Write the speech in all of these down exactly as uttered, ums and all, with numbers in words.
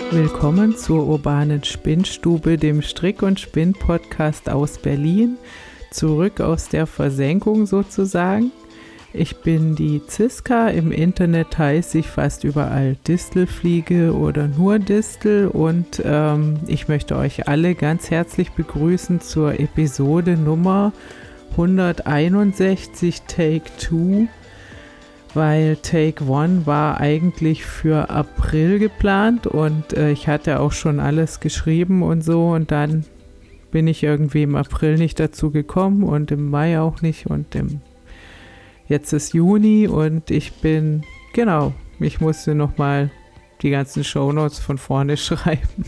Willkommen zur urbanen Spinnstube, dem Strick- und Spinn-Podcast aus Berlin, zurück aus der Versenkung sozusagen. Ich bin die Ziska, im Internet heiße ich fast überall Distelfliege oder nur Distel und ähm, ich möchte euch alle ganz herzlich begrüßen zur Episode Nummer hunderteinundsechzig Take Two, weil Take One war eigentlich für April geplant und äh, ich hatte auch schon alles geschrieben und so und dann bin ich irgendwie im April nicht dazu gekommen und im Mai auch nicht und im jetzt ist Juni und ich bin, genau, ich musste nochmal die ganzen Shownotes von vorne schreiben.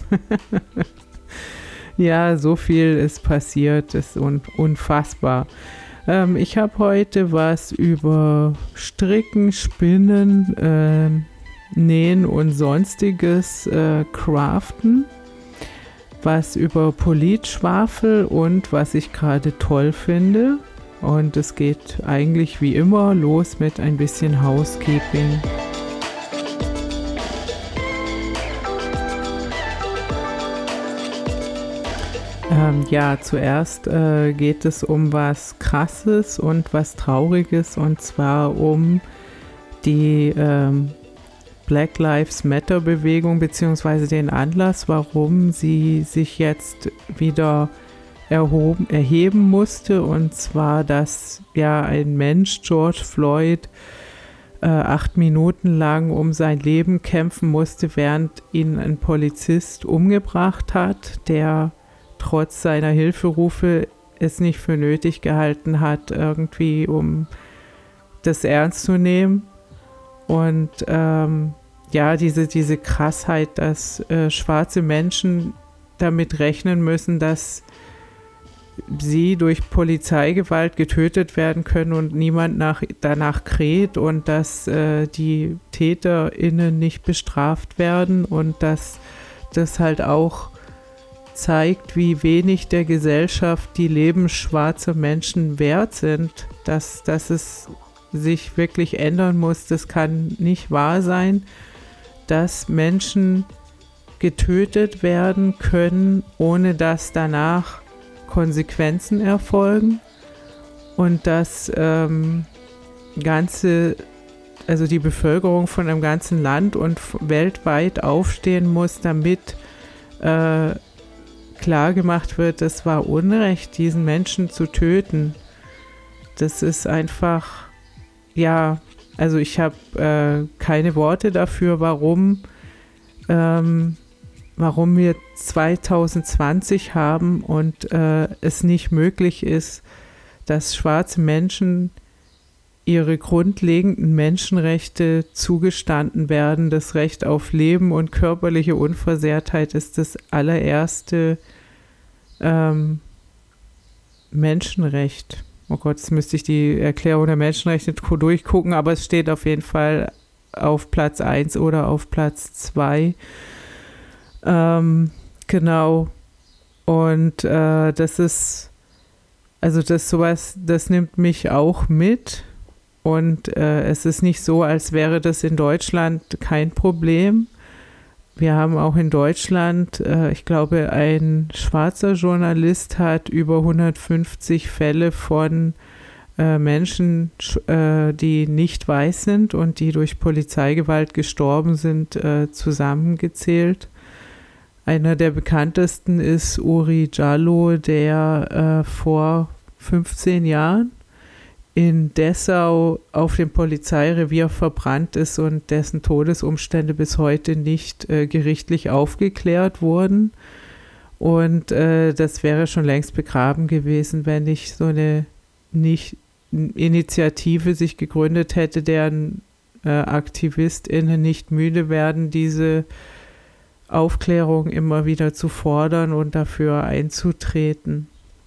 Ja, so viel ist passiert, ist un- unfassbar. Ähm, ich habe heute was über Stricken, Spinnen, ähm, Nähen und sonstiges äh, Craften, was über Politschwafel und was ich gerade toll finde. Und es geht eigentlich wie immer los mit ein bisschen Housekeeping. Ähm, ja, zuerst äh, geht es um was Krasses und was Trauriges und zwar um die ähm, Black Lives Matter Bewegung beziehungsweise den Anlass, warum sie sich jetzt wieder erhoben, erheben musste, und zwar, dass ja ein Mensch, George Floyd, äh, acht Minuten lang um sein Leben kämpfen musste, während ihn ein Polizist umgebracht hat, der trotz seiner Hilferufe es nicht für nötig gehalten hat, irgendwie, um das ernst zu nehmen. Und ähm, ja, diese, diese Krassheit, dass äh, schwarze Menschen damit rechnen müssen, dass sie durch Polizeigewalt getötet werden können und niemand nach, danach kräht und dass äh, die TäterInnen nicht bestraft werden und dass das halt auch zeigt, wie wenig der Gesellschaft die Leben schwarzer Menschen wert sind, dass, dass es sich wirklich ändern muss. Das kann nicht wahr sein, dass Menschen getötet werden können, ohne dass danach Konsequenzen erfolgen und dass ähm, ganze, also die Bevölkerung von einem ganzen Land und f- weltweit aufstehen muss, damit äh, klar gemacht wird, es war Unrecht, diesen Menschen zu töten. Das ist einfach, ja, also ich habe äh, keine Worte dafür, warum ähm, warum wir zwanzig zwanzig haben und äh, es nicht möglich ist, dass schwarze Menschen ihre grundlegenden Menschenrechte zugestanden werden. Das Recht auf Leben und körperliche Unversehrtheit ist das allererste ähm, Menschenrecht. Oh Gott, jetzt müsste ich die Erklärung der Menschenrechte durchgucken, aber es steht auf jeden Fall auf Platz eins oder auf Platz zwei. Ähm, genau. Und äh, das ist, also das sowas, das nimmt mich auch mit. Und äh, es ist nicht so, als wäre das in Deutschland kein Problem. Wir haben auch in Deutschland, äh, ich glaube, ein schwarzer Journalist hat über hundertfünfzig Fälle von äh, Menschen, äh, die nicht weiß sind und die durch Polizeigewalt gestorben sind, äh, zusammengezählt. Einer der bekanntesten ist Uri Jallo, der äh, vor fünfzehn Jahren in Dessau auf dem Polizeirevier verbrannt ist und dessen Todesumstände bis heute nicht äh, gerichtlich aufgeklärt wurden. Und äh, das wäre schon längst begraben gewesen, wenn nicht so eine nicht Initiative sich gegründet hätte, deren äh, AktivistInnen nicht müde werden, diese Aufklärung immer wieder zu fordern und dafür einzutreten.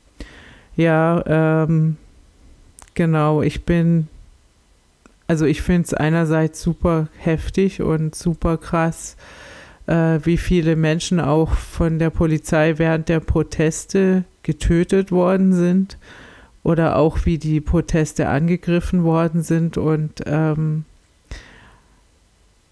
Ja, ähm, genau, ich bin, also ich finde es einerseits super heftig und super krass, äh, wie viele Menschen auch von der Polizei während der Proteste getötet worden sind oder auch wie die Proteste angegriffen worden sind und ähm,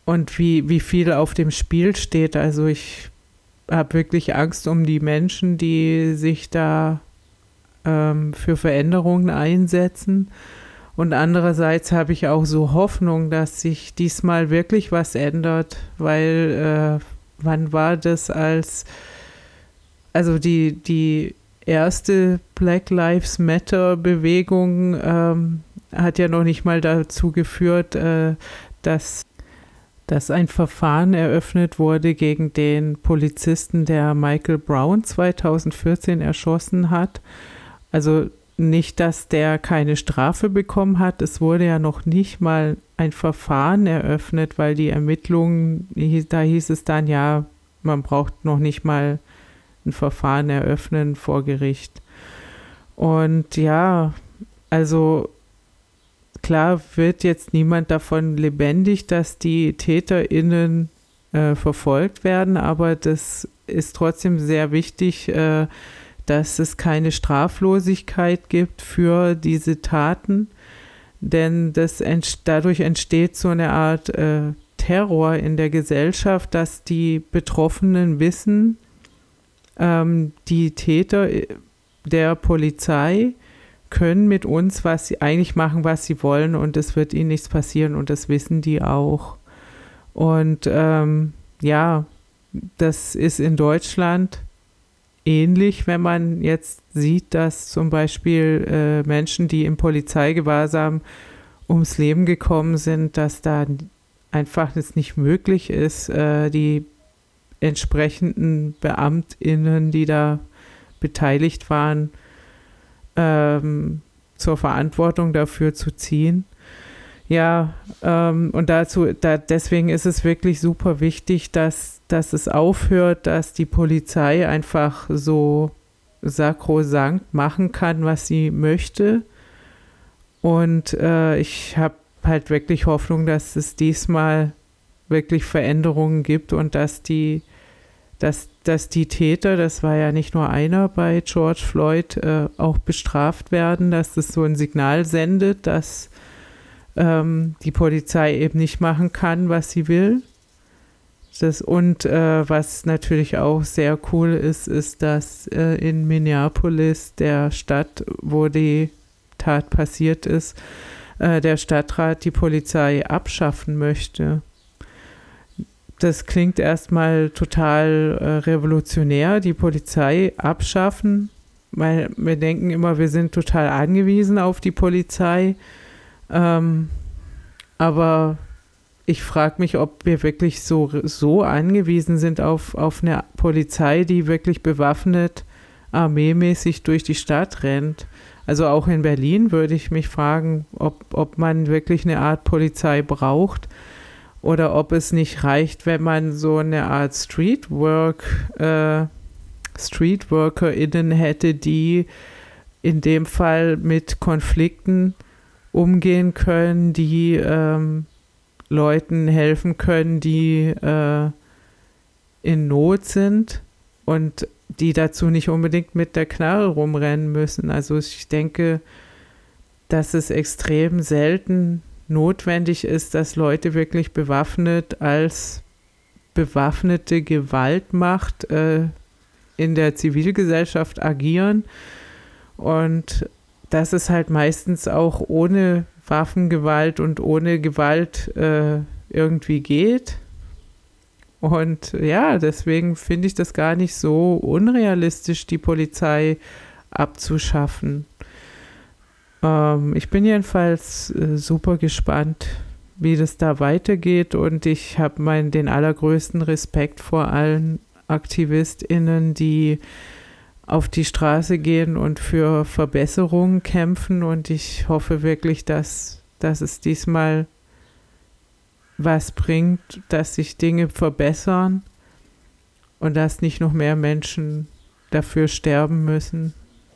und wie, wie viel auf dem Spiel steht. Also ich habe wirklich Angst um die Menschen, die sich da ähm, für Veränderungen einsetzen. Und andererseits habe ich auch so Hoffnung, dass sich diesmal wirklich was ändert, weil äh, wann war das als, also die, die erste Black Lives Matter Bewegung ähm, hat ja noch nicht mal dazu geführt, äh, dass, dass ein Verfahren eröffnet wurde gegen den Polizisten, der Michael Brown zweitausendvierzehn erschossen hat. Also nicht, dass der keine Strafe bekommen hat. Es wurde ja noch nicht mal ein Verfahren eröffnet, weil die Ermittlungen, da hieß es dann, ja, man braucht noch nicht mal ein Verfahren eröffnen vor Gericht. Und ja, also klar wird jetzt niemand davon lebendig, dass die TäterInnen äh, verfolgt werden, aber das ist trotzdem sehr wichtig, äh, dass es keine Straflosigkeit gibt für diese Taten, denn das ent- dadurch entsteht so eine Art äh, Terror in der Gesellschaft, dass die Betroffenen wissen, ähm, die Täter der Polizei können mit uns was sie eigentlich machen, was sie wollen und es wird ihnen nichts passieren und das wissen die auch. Und ähm, ja, das ist in Deutschland ähnlich, wenn man jetzt sieht, dass zum Beispiel äh, Menschen, die im Polizeigewahrsam ums Leben gekommen sind, dass da einfach es nicht möglich ist, äh, die entsprechenden BeamtInnen, die da beteiligt waren, ähm, zur Verantwortung dafür zu ziehen. Ja, ähm, und dazu, da, deswegen ist es wirklich super wichtig, dass, dass es aufhört, dass die Polizei einfach so sakrosankt machen kann, was sie möchte. Und äh, ich habe halt wirklich Hoffnung, dass es diesmal wirklich Veränderungen gibt und dass die, dass, dass die Täter, das war ja nicht nur einer bei George Floyd, äh, auch bestraft werden, dass es so ein Signal sendet, dass ähm, die Polizei eben nicht machen kann, was sie will. Das, und äh, was natürlich auch sehr cool ist, ist, dass äh, in Minneapolis, der Stadt, wo die Tat passiert ist, äh, der Stadtrat die Polizei abschaffen möchte. Das klingt erstmal total äh, revolutionär, die Polizei abschaffen, weil wir denken immer, wir sind total angewiesen auf die Polizei. Ähm, aber ich frage mich, ob wir wirklich so, so angewiesen sind auf, auf eine Polizei, die wirklich bewaffnet, armeemäßig durch die Stadt rennt. Also auch in Berlin würde ich mich fragen, ob, ob man wirklich eine Art Polizei braucht oder ob es nicht reicht, wenn man so eine Art Streetwork, äh, StreetworkerInnen hätte, die in dem Fall mit Konflikten umgehen können, die ähm, Leuten helfen können, die äh, in Not sind und die dazu nicht unbedingt mit der Knarre rumrennen müssen. Also ich denke, dass es extrem selten notwendig ist, dass Leute wirklich bewaffnet als bewaffnete Gewaltmacht äh, in der Zivilgesellschaft agieren und dass es halt meistens auch ohne Waffengewalt und ohne Gewalt äh, irgendwie geht. Und ja, deswegen finde ich das gar nicht so unrealistisch, die Polizei abzuschaffen. Ähm, ich bin jedenfalls äh, super gespannt, wie das da weitergeht und ich habe meinen den allergrößten Respekt vor allen AktivistInnen, die auf die Straße gehen und für Verbesserungen kämpfen und ich hoffe wirklich, dass, dass es diesmal was bringt, dass sich Dinge verbessern und dass nicht noch mehr Menschen dafür sterben müssen.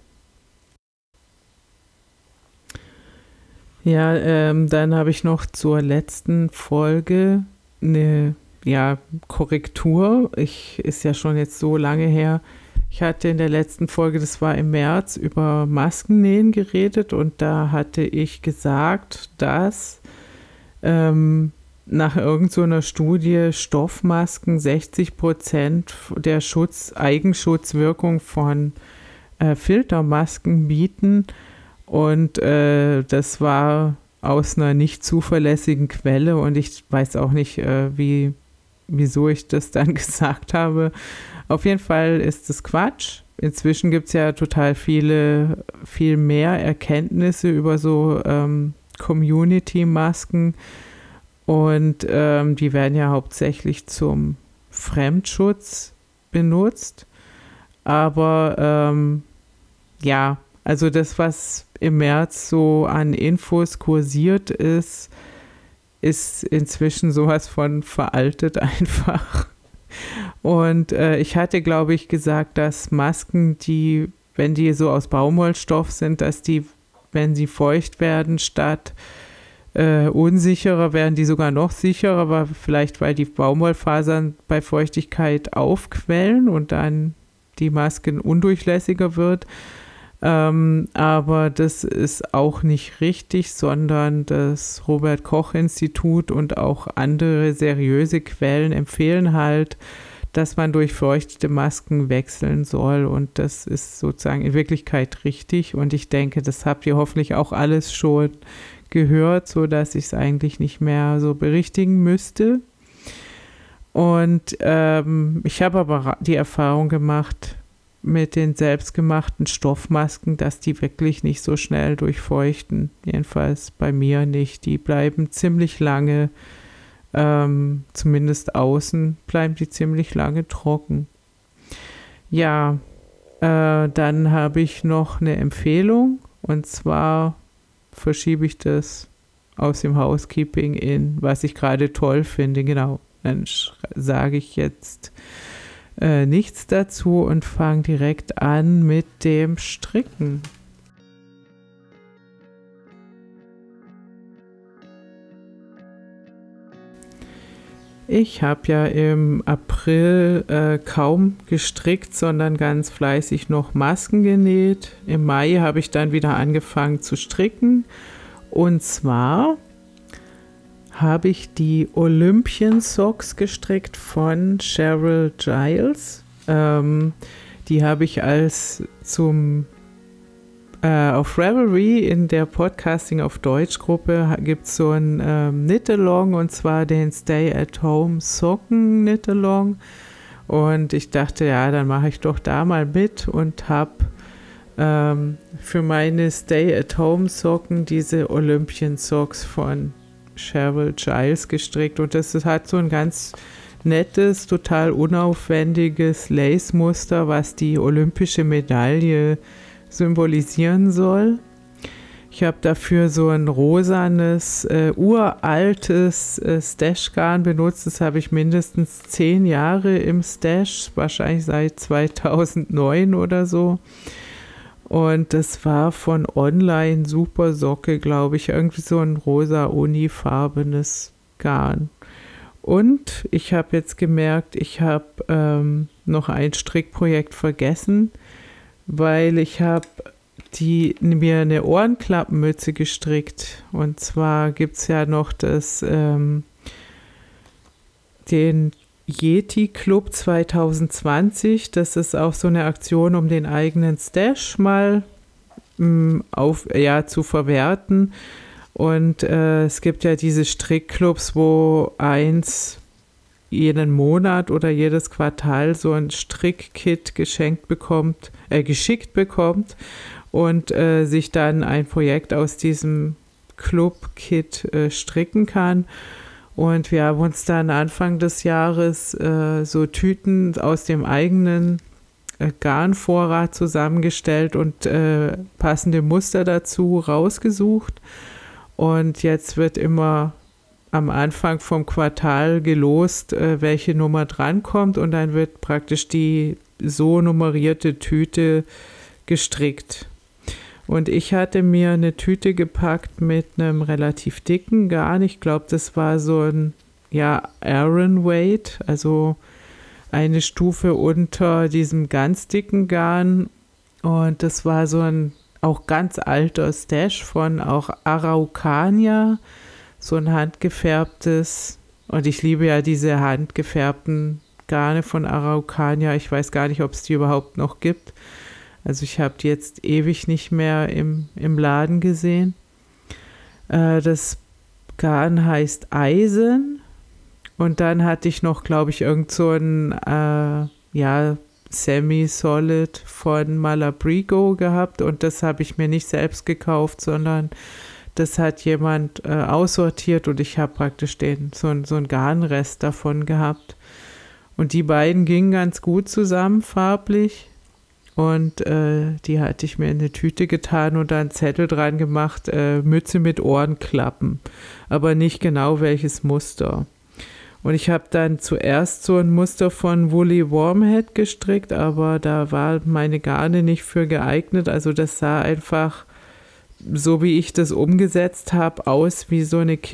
Ja, ähm, dann habe ich noch zur letzten Folge eine ja, Korrektur. Ich ist ja schon jetzt so lange her. Ich hatte in der letzten Folge, das war im März, über Maskennähen geredet und da hatte ich gesagt, dass ähm, nach irgendeiner Studie Stoffmasken sechzig Prozent der Schutz, Eigenschutzwirkung von äh, Filtermasken bieten. Und äh, das war aus einer nicht zuverlässigen Quelle und ich weiß auch nicht, äh, wie, wieso ich das dann gesagt habe. Auf jeden Fall ist es Quatsch. Inzwischen gibt es ja total viele, viel mehr Erkenntnisse über so ähm, Community-Masken und ähm, die werden ja hauptsächlich zum Fremdschutz benutzt. Aber ähm, ja, also das, was im März so an Infos kursiert ist, ist inzwischen sowas von veraltet einfach. Und äh, ich hatte, glaube ich, gesagt, dass Masken, die, wenn die so aus Baumwollstoff sind, dass die, wenn sie feucht werden, statt äh, unsicherer werden, die sogar noch sicherer, aber vielleicht, weil die Baumwollfasern bei Feuchtigkeit aufquellen und dann die Maske undurchlässiger wird. Ähm, aber das ist auch nicht richtig, sondern das Robert-Koch-Institut und auch andere seriöse Quellen empfehlen halt, dass man durch feuchte Masken wechseln soll und das ist sozusagen in Wirklichkeit richtig und ich denke, das habt ihr hoffentlich auch alles schon gehört, sodass ich es eigentlich nicht mehr so berichtigen müsste. Und ähm, ich habe aber die Erfahrung gemacht, mit den selbstgemachten Stoffmasken, dass die wirklich nicht so schnell durchfeuchten. Jedenfalls bei mir nicht. Die bleiben ziemlich lange, ähm, zumindest außen, bleiben die ziemlich lange trocken. Ja, äh, dann habe ich noch eine Empfehlung und zwar verschiebe ich das aus dem Housekeeping in, was ich gerade toll finde. Genau, dann sage ich jetzt Äh, nichts dazu und fange direkt an mit dem Stricken. Ich habe ja im April äh, kaum gestrickt, sondern ganz fleißig noch Masken genäht. Im Mai habe ich dann wieder angefangen zu stricken und zwar habe ich die Olympian Socks gestrickt von Cheryl Giles. Ähm, die habe ich als zum äh, auf Ravelry in der Podcasting auf Deutsch Gruppe gibt es so ein ähm, Knit-Along und zwar den Stay at Home Socken Knit-Along und ich dachte, ja, dann mache ich doch da mal mit und habe ähm, für meine Stay at Home Socken diese Olympian Socks von Cheryl Giles gestrickt und das hat so ein ganz nettes, total unaufwendiges Lace-Muster, was die olympische Medaille symbolisieren soll. Ich habe dafür so ein rosanes, äh, uraltes äh, Stash-Garn benutzt. Das habe ich mindestens zehn Jahre im Stash, wahrscheinlich seit zweitausendneun oder so. Und das war von Online Super Socke, glaube ich, irgendwie so ein rosa unifarbenes Garn. Und ich habe jetzt gemerkt, ich habe ähm, noch ein Strickprojekt vergessen, weil ich habe die mir eine Ohrenklappenmütze gestrickt. Und zwar gibt es ja noch das ähm, den Yeti Club zwanzig zwanzig, das ist auch so eine Aktion, um den eigenen Stash mal mh, auf, ja, zu verwerten. Und äh, es gibt ja diese Strickclubs, wo eins jeden Monat oder jedes Quartal so ein Strickkit geschenkt bekommt, äh, geschickt bekommt und äh, sich dann ein Projekt aus diesem Club-Kit äh, stricken kann. Und wir haben uns dann Anfang des Jahres äh, so Tüten aus dem eigenen äh, Garnvorrat zusammengestellt und äh, passende Muster dazu rausgesucht. Und jetzt wird immer am Anfang vom Quartal gelost, äh, welche Nummer drankommt. Und dann wird praktisch die so nummerierte Tüte gestrickt. Und ich hatte mir eine Tüte gepackt mit einem relativ dicken Garn. Ich glaube, das war so ein, ja, Aran Weight, also eine Stufe unter diesem ganz dicken Garn. Und das war so ein auch ganz alter Stash von auch Araucania, so ein handgefärbtes, und ich liebe ja diese handgefärbten Garne von Araucania. Ich weiß gar nicht, ob es die überhaupt noch gibt. Also ich habe die jetzt ewig nicht mehr im, im Laden gesehen. Äh, das Garn heißt Eisen. Und dann hatte ich noch, glaube ich, irgend so ein äh, ja, Semi-Solid von Malabrigo gehabt. Und das habe ich mir nicht selbst gekauft, sondern das hat jemand äh, aussortiert und ich habe praktisch den, so, so einen Garnrest davon gehabt. Und die beiden gingen ganz gut zusammen farblich. Und äh, die hatte ich mir in eine Tüte getan und da einen Zettel dran gemacht, äh, Mütze mit Ohrenklappen. Aber nicht genau welches Muster. Und ich habe dann zuerst so ein Muster von Woolly Wormhead gestrickt, aber da war meine Garne nicht für geeignet. Also das sah einfach, so wie ich das umgesetzt habe, aus wie so eine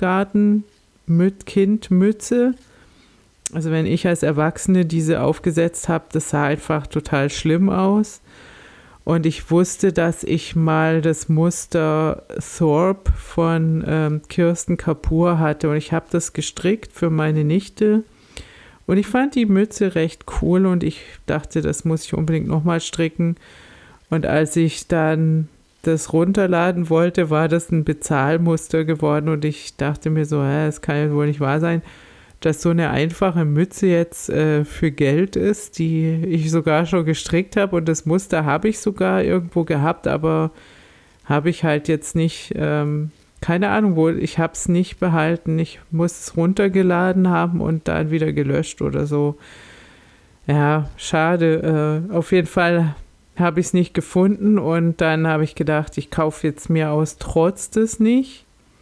Kindergarten-Kindmütze. Also wenn ich als Erwachsene diese aufgesetzt habe, das sah einfach total schlimm aus. Und ich wusste, dass ich mal das Muster Thorpe von ähm, Kirsten Kapoor hatte. Und ich habe das gestrickt für meine Nichte. Und ich fand die Mütze recht cool und ich dachte, das muss ich unbedingt nochmal stricken. Und als ich dann das runterladen wollte, war das ein Bezahlmuster geworden. Und ich dachte mir so, hä, das kann ja wohl nicht wahr sein, dass so eine einfache Mütze jetzt äh, für Geld ist, die ich sogar schon gestrickt habe. Und das Muster habe ich sogar irgendwo gehabt, aber habe ich halt jetzt nicht, ähm, keine Ahnung wo, ich habe es nicht behalten. Ich muss es runtergeladen haben und dann wieder gelöscht oder so. Ja, schade. Äh, auf jeden Fall habe ich es nicht gefunden und dann habe ich gedacht, ich kaufe jetzt mir aus Trotz das nicht.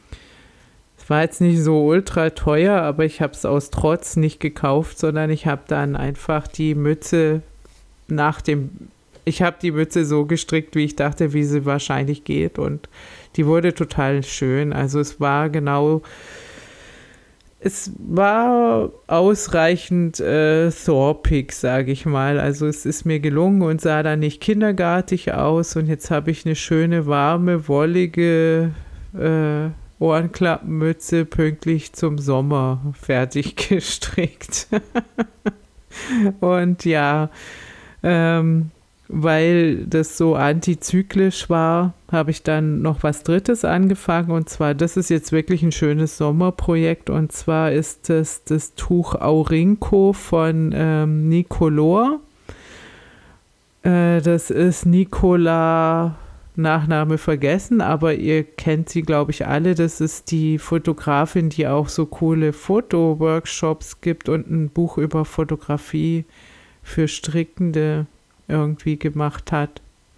War jetzt nicht so ultra teuer, aber ich habe es aus Trotz nicht gekauft, sondern ich habe dann einfach die Mütze nach dem, ich habe die Mütze so gestrickt, wie ich dachte, wie sie wahrscheinlich geht und die wurde total schön. Also es war genau, es war ausreichend äh, Thorpig, sage ich mal. Also es ist mir gelungen und sah dann nicht kindergartig aus und jetzt habe ich eine schöne, warme, wollige äh, Ohrenklappenmütze pünktlich zum Sommer fertig gestrickt. Und ja, ähm, weil das so antizyklisch war, habe ich dann noch was Drittes angefangen und zwar, das ist jetzt wirklich ein schönes Sommerprojekt und zwar ist das das Tuch Aurinko von ähm, Nicolor. Äh, das ist Nicola Nachname vergessen, aber ihr kennt sie, glaube ich, alle. Das ist die Fotografin, die auch so coole Fotoworkshops gibt und ein Buch über Fotografie für Strickende irgendwie gemacht hat.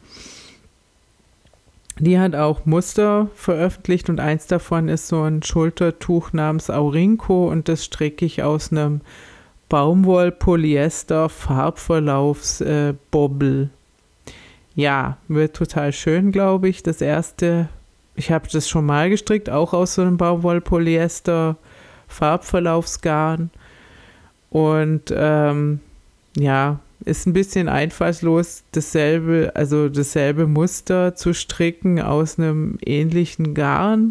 Die hat auch Muster veröffentlicht und eins davon ist so ein Schultertuch namens Aurinko und das stricke ich aus einem Baumwoll-Polyester-Farbverlaufs-Bobbel. Ja, wird total schön, glaube ich. Das erste, ich habe das schon mal gestrickt, auch aus so einem Baumwoll-Polyester-Farbverlaufsgarn. Und ähm, ja, ist ein bisschen einfallslos, dasselbe, also dasselbe Muster zu stricken aus einem ähnlichen Garn.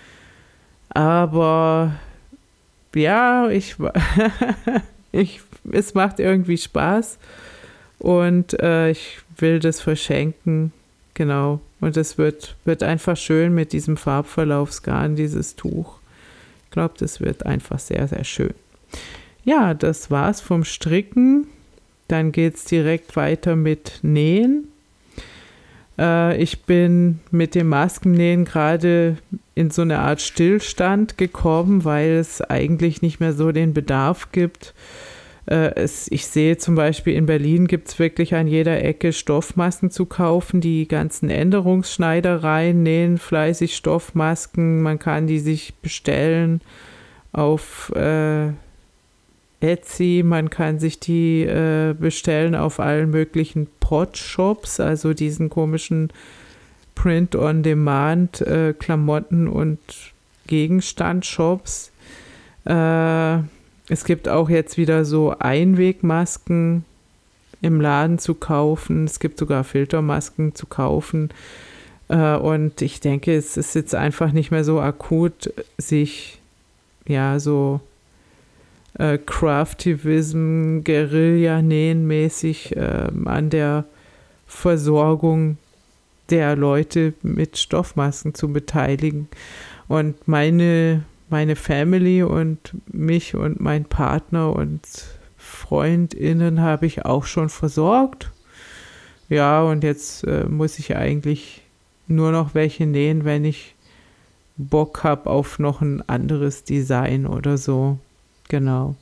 Aber ja, ich, ich es macht irgendwie Spaß. Und äh, ich will das verschenken, genau. Und es wird, wird einfach schön mit diesem Farbverlaufsgarn, dieses Tuch. Ich glaube, das wird einfach sehr, sehr schön. Ja, das war's vom Stricken. Dann geht es direkt weiter mit Nähen. Äh, ich bin mit dem Maskennähen gerade in so eine Art Stillstand gekommen, weil es eigentlich nicht mehr so den Bedarf gibt. Es, ich sehe zum Beispiel, in Berlin gibt es wirklich an jeder Ecke Stoffmasken zu kaufen. Die ganzen Änderungsschneidereien nähen fleißig Stoffmasken. Man kann die sich bestellen auf äh, Etsy. Man kann sich die äh, bestellen auf allen möglichen Pod-Shops, also diesen komischen Print-on-Demand äh, Klamotten- und Gegenstand-Shops. Äh, Es gibt auch jetzt wieder so Einwegmasken im Laden zu kaufen. Es gibt sogar Filtermasken zu kaufen. Äh, und ich denke, es ist jetzt einfach nicht mehr so akut, sich ja so äh, Craftivism, Guerilla-Nähen mäßig äh, an der Versorgung der Leute mit Stoffmasken zu beteiligen. Und meine, meine Family und mich und mein Partner und FreundInnen habe ich auch schon versorgt. Ja, und jetzt äh, muss ich eigentlich nur noch welche nähen, wenn ich Bock habe auf noch ein anderes Design oder so. Genau.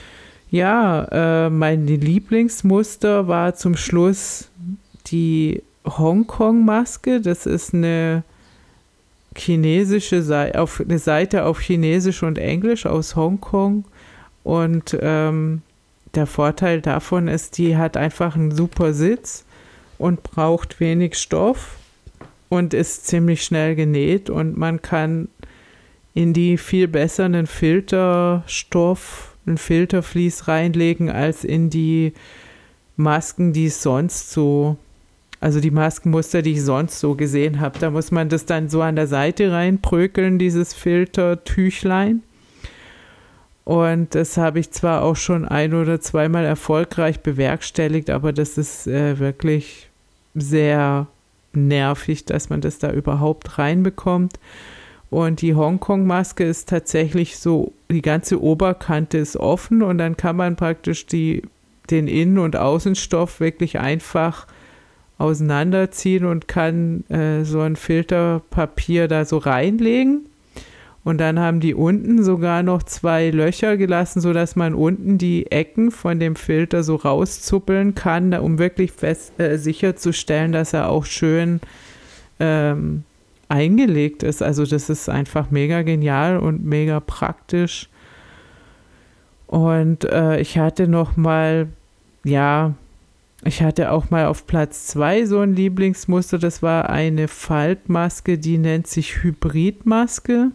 Ja, äh, mein Lieblingsmuster war zum Schluss die Hongkong-Maske. Das ist eine chinesische Seite, auf, eine Seite auf Chinesisch und Englisch aus Hongkong. Und ähm, der Vorteil davon ist, die hat einfach einen super Sitz und braucht wenig Stoff und ist ziemlich schnell genäht. Und man kann in die viel besser einen Filterstoff, ein Filtervlies reinlegen, als in die Masken, die es sonst so, also die Maskenmuster, die ich sonst so gesehen habe. Da muss man das dann so an der Seite reinprökeln, dieses Filtertüchlein. Und das habe ich zwar auch schon ein- oder zweimal erfolgreich bewerkstelligt, aber das ist äh, wirklich sehr nervig, dass man das da überhaupt reinbekommt. Und die Hongkong-Maske ist tatsächlich so, die ganze Oberkante ist offen und dann kann man praktisch die, den Innen- und Außenstoff wirklich einfach auseinanderziehen und kann äh, so ein Filterpapier da so reinlegen. Und dann haben die unten sogar noch zwei Löcher gelassen, sodass man unten die Ecken von dem Filter so rauszuppeln kann, um wirklich fest, äh, sicherzustellen, dass er auch schön ähm, eingelegt ist. Also das ist einfach mega genial und mega praktisch. Und äh, ich hatte noch mal, ja, ich hatte auch mal auf Platz zwei so ein Lieblingsmuster. Das war eine Faltmaske, die nennt sich Hybridmaske.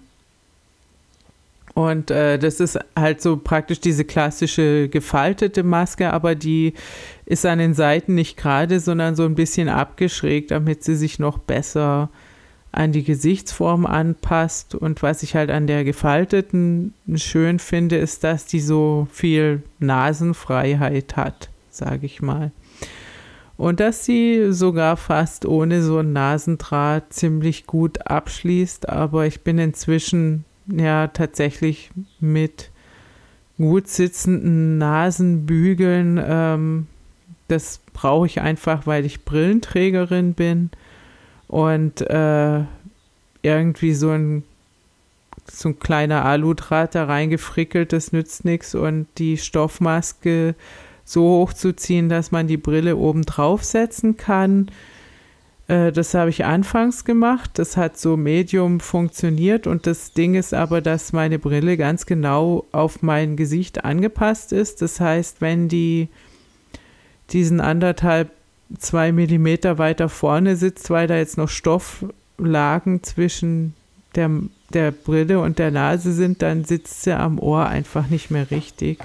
Und äh, das ist halt so praktisch diese klassische gefaltete Maske, aber die ist an den Seiten nicht gerade, sondern so ein bisschen abgeschrägt, damit sie sich noch besser an die Gesichtsform anpasst. Und was ich halt an der gefalteten schön finde, ist, dass die so viel Nasenfreiheit hat, sage ich mal. Und dass sie sogar fast ohne so einen Nasendraht ziemlich gut abschließt, aber ich bin inzwischen ja tatsächlich mit gut sitzenden Nasenbügeln, ähm, das brauche ich einfach, weil ich Brillenträgerin bin und äh, irgendwie so ein, so ein kleiner Aludraht da reingefrickelt, das nützt nichts und die Stoffmaske so hochzuziehen, dass man die Brille oben draufsetzen kann. Das habe ich anfangs gemacht, das hat so medium funktioniert und das Ding ist aber, dass meine Brille ganz genau auf mein Gesicht angepasst ist. Das heißt, wenn die diesen anderthalb, zwei Millimeter weiter vorne sitzt, weil da jetzt noch Stofflagen zwischen der, der Brille und der Nase sind, dann sitzt sie am Ohr einfach nicht mehr richtig.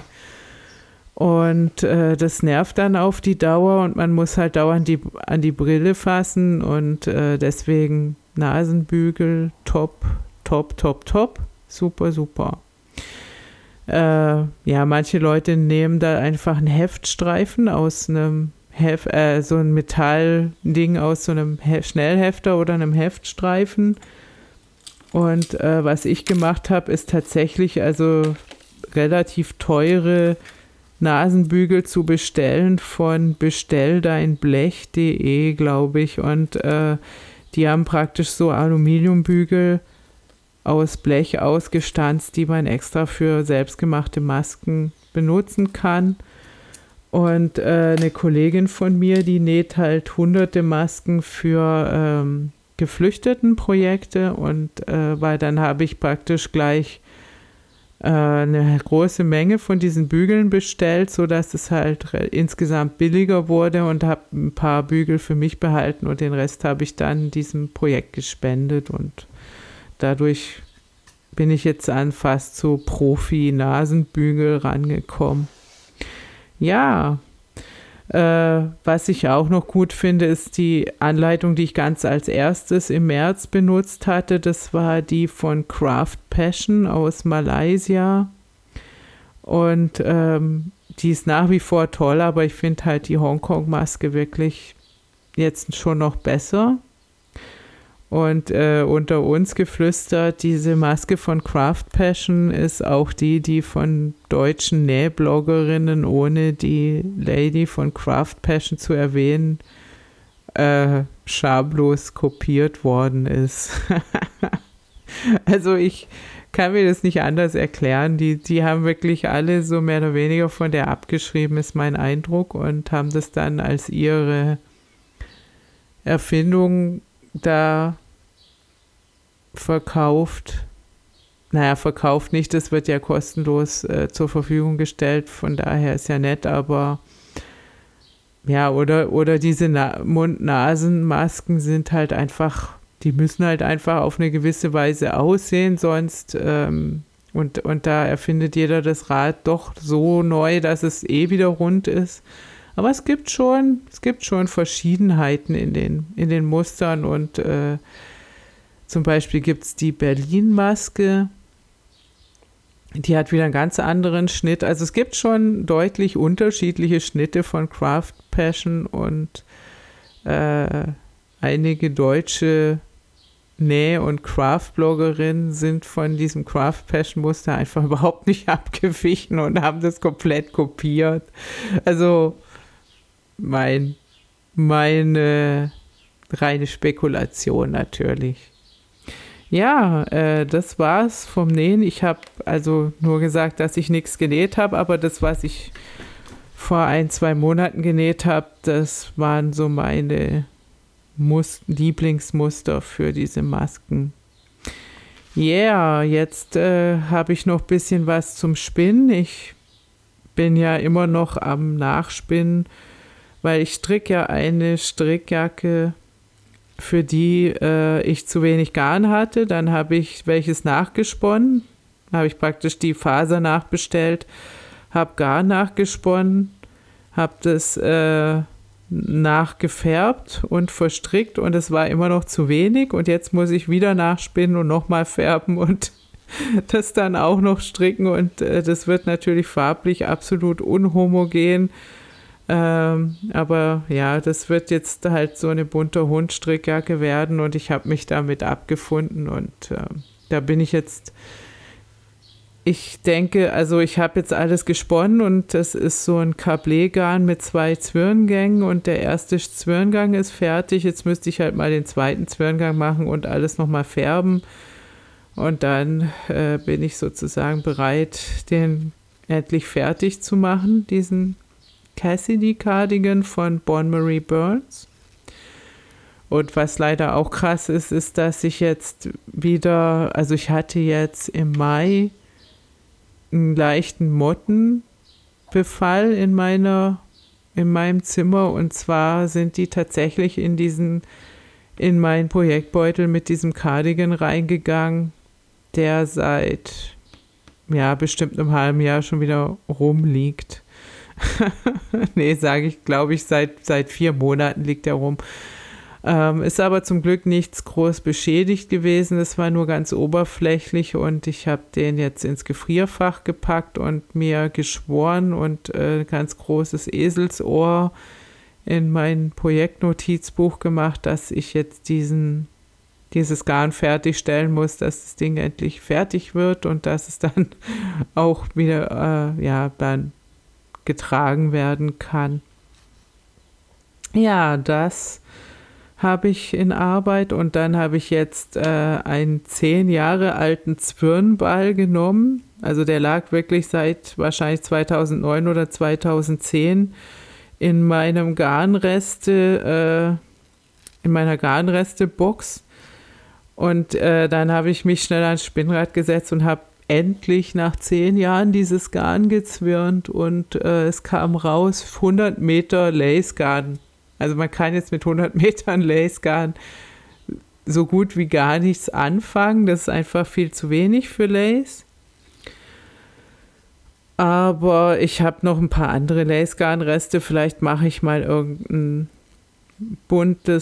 Und äh, das nervt dann auf die Dauer und man muss halt dauernd die, an die Brille fassen und äh, deswegen Nasenbügel, top, top, top, top, super, super. Äh, ja, manche Leute nehmen da einfach einen Heftstreifen aus einem Heft, äh, so ein Metallding aus so einem He- Schnellhefter oder einem Heftstreifen. Und äh, was ich gemacht habe, ist tatsächlich also relativ teure Nasenbügel zu bestellen von bestelldeinblech punkt de, glaube ich. Und äh, die haben praktisch so Aluminiumbügel aus Blech ausgestanzt, die man extra für selbstgemachte Masken benutzen kann. Und äh, eine Kollegin von mir, die näht halt hunderte Masken für ähm, Geflüchtetenprojekte und äh, weil dann habe ich praktisch gleich eine große Menge von diesen Bügeln bestellt, sodass es halt insgesamt billiger wurde und habe ein paar Bügel für mich behalten und den Rest habe ich dann diesem Projekt gespendet und dadurch bin ich jetzt an fast so Profi-Nasenbügel rangekommen. Ja, Äh, was ich auch noch gut finde, ist die Anleitung, die ich ganz als erstes im März benutzt hatte. Das war die von Craft Passion aus Malaysia. Und ähm, die ist nach wie vor toll, aber ich finde halt die Hongkong-Maske wirklich jetzt schon noch besser. Und äh, unter uns geflüstert, diese Maske von Craft Passion ist auch die, die von deutschen Nähbloggerinnen, ohne die Lady von Craft Passion zu erwähnen, äh, schamlos kopiert worden ist. Also ich kann mir das nicht anders erklären. Die, die haben wirklich alle so mehr oder weniger von der abgeschrieben, ist mein Eindruck, und haben das dann als ihre Erfindung da verkauft. Naja, verkauft nicht, das wird ja kostenlos äh, zur Verfügung gestellt, von daher ist ja nett, aber ja, oder, oder diese Na- Mund-Nasen-Masken sind halt einfach, die müssen halt einfach auf eine gewisse Weise aussehen, sonst ähm, und, und da erfindet jeder das Rad doch so neu, dass es eh wieder rund ist. Aber es gibt schon, es gibt schon Verschiedenheiten in den, in den Mustern, und äh, zum Beispiel gibt es die Berlin-Maske, die hat wieder einen ganz anderen Schnitt. Also es gibt schon deutlich unterschiedliche Schnitte von Craft Passion, und äh, einige deutsche Näh- und Craft-Bloggerinnen sind von diesem Craft Passion-Muster einfach überhaupt nicht abgewichen und haben das komplett kopiert. Also Mein, meine reine Spekulation natürlich. Ja, äh, das war's vom Nähen. Ich habe also nur gesagt, dass ich nichts genäht habe, aber das, was ich vor ein, zwei Monaten genäht habe, das waren so meine Mus- Lieblingsmuster für diese Masken. Ja, yeah, jetzt äh, habe ich noch ein bisschen was zum Spinnen. Ich bin ja immer noch am Nachspinnen, weil ich stricke ja eine Strickjacke, für die äh, ich zu wenig Garn hatte. Dann habe ich welches nachgesponnen, habe ich praktisch die Faser nachbestellt, habe Garn nachgesponnen, habe das äh, nachgefärbt und verstrickt, und es war immer noch zu wenig, und jetzt muss ich wieder nachspinnen und nochmal färben und das dann auch noch stricken, und äh, das wird natürlich farblich absolut unhomogen. Ähm, aber ja, das wird jetzt halt so eine bunte Hundstrickjacke werden, und ich habe mich damit abgefunden, und äh, da bin ich jetzt, ich denke, also ich habe jetzt alles gesponnen, und das ist so ein Cablé-Garn mit zwei Zwirngängen, und der erste Zwirngang ist fertig. Jetzt müsste ich halt mal den zweiten Zwirngang machen und alles nochmal färben, und dann äh, bin ich sozusagen bereit, den endlich fertig zu machen, diesen Cassidy Cardigan von Bon Marie Burns. Und was leider auch krass ist, ist, dass ich jetzt wieder, also ich hatte jetzt im Mai einen leichten Mottenbefall in meiner, in meinem Zimmer, und zwar sind die tatsächlich in diesen, in meinen Projektbeutel mit diesem Cardigan reingegangen, der seit, ja, bestimmt einem halben Jahr schon wieder rumliegt. Nee, sage ich, glaube ich, seit, seit vier Monaten liegt er rum. Ähm, ist aber zum Glück nichts groß beschädigt gewesen. Es war nur ganz oberflächlich, und ich habe den jetzt ins Gefrierfach gepackt und mir geschworen und äh, ein ganz großes Eselsohr in mein Projektnotizbuch gemacht, dass ich jetzt diesen, dieses Garn fertigstellen muss, dass das Ding endlich fertig wird und dass es dann auch wieder, äh, ja, dann getragen werden kann. Ja, das habe ich in Arbeit, und dann habe ich jetzt äh, einen zehn Jahre alten Zwirnball genommen. Also der lag wirklich seit wahrscheinlich zweitausendneun oder zweitausendzehn in meinem Garnreste, äh, in meiner Garnreste-Box, und äh, dann habe ich mich schnell ans Spinnrad gesetzt und habe endlich nach zehn Jahren dieses Garn gezwirnt, und äh, es kam raus hundert Meter Lace-Garn. Also man kann jetzt mit hundert Metern Lace-Garn so gut wie gar nichts anfangen. Das ist einfach viel zu wenig für Lace. Aber ich habe noch ein paar andere Lacegarn-Reste. Vielleicht mache ich mal irgendein buntes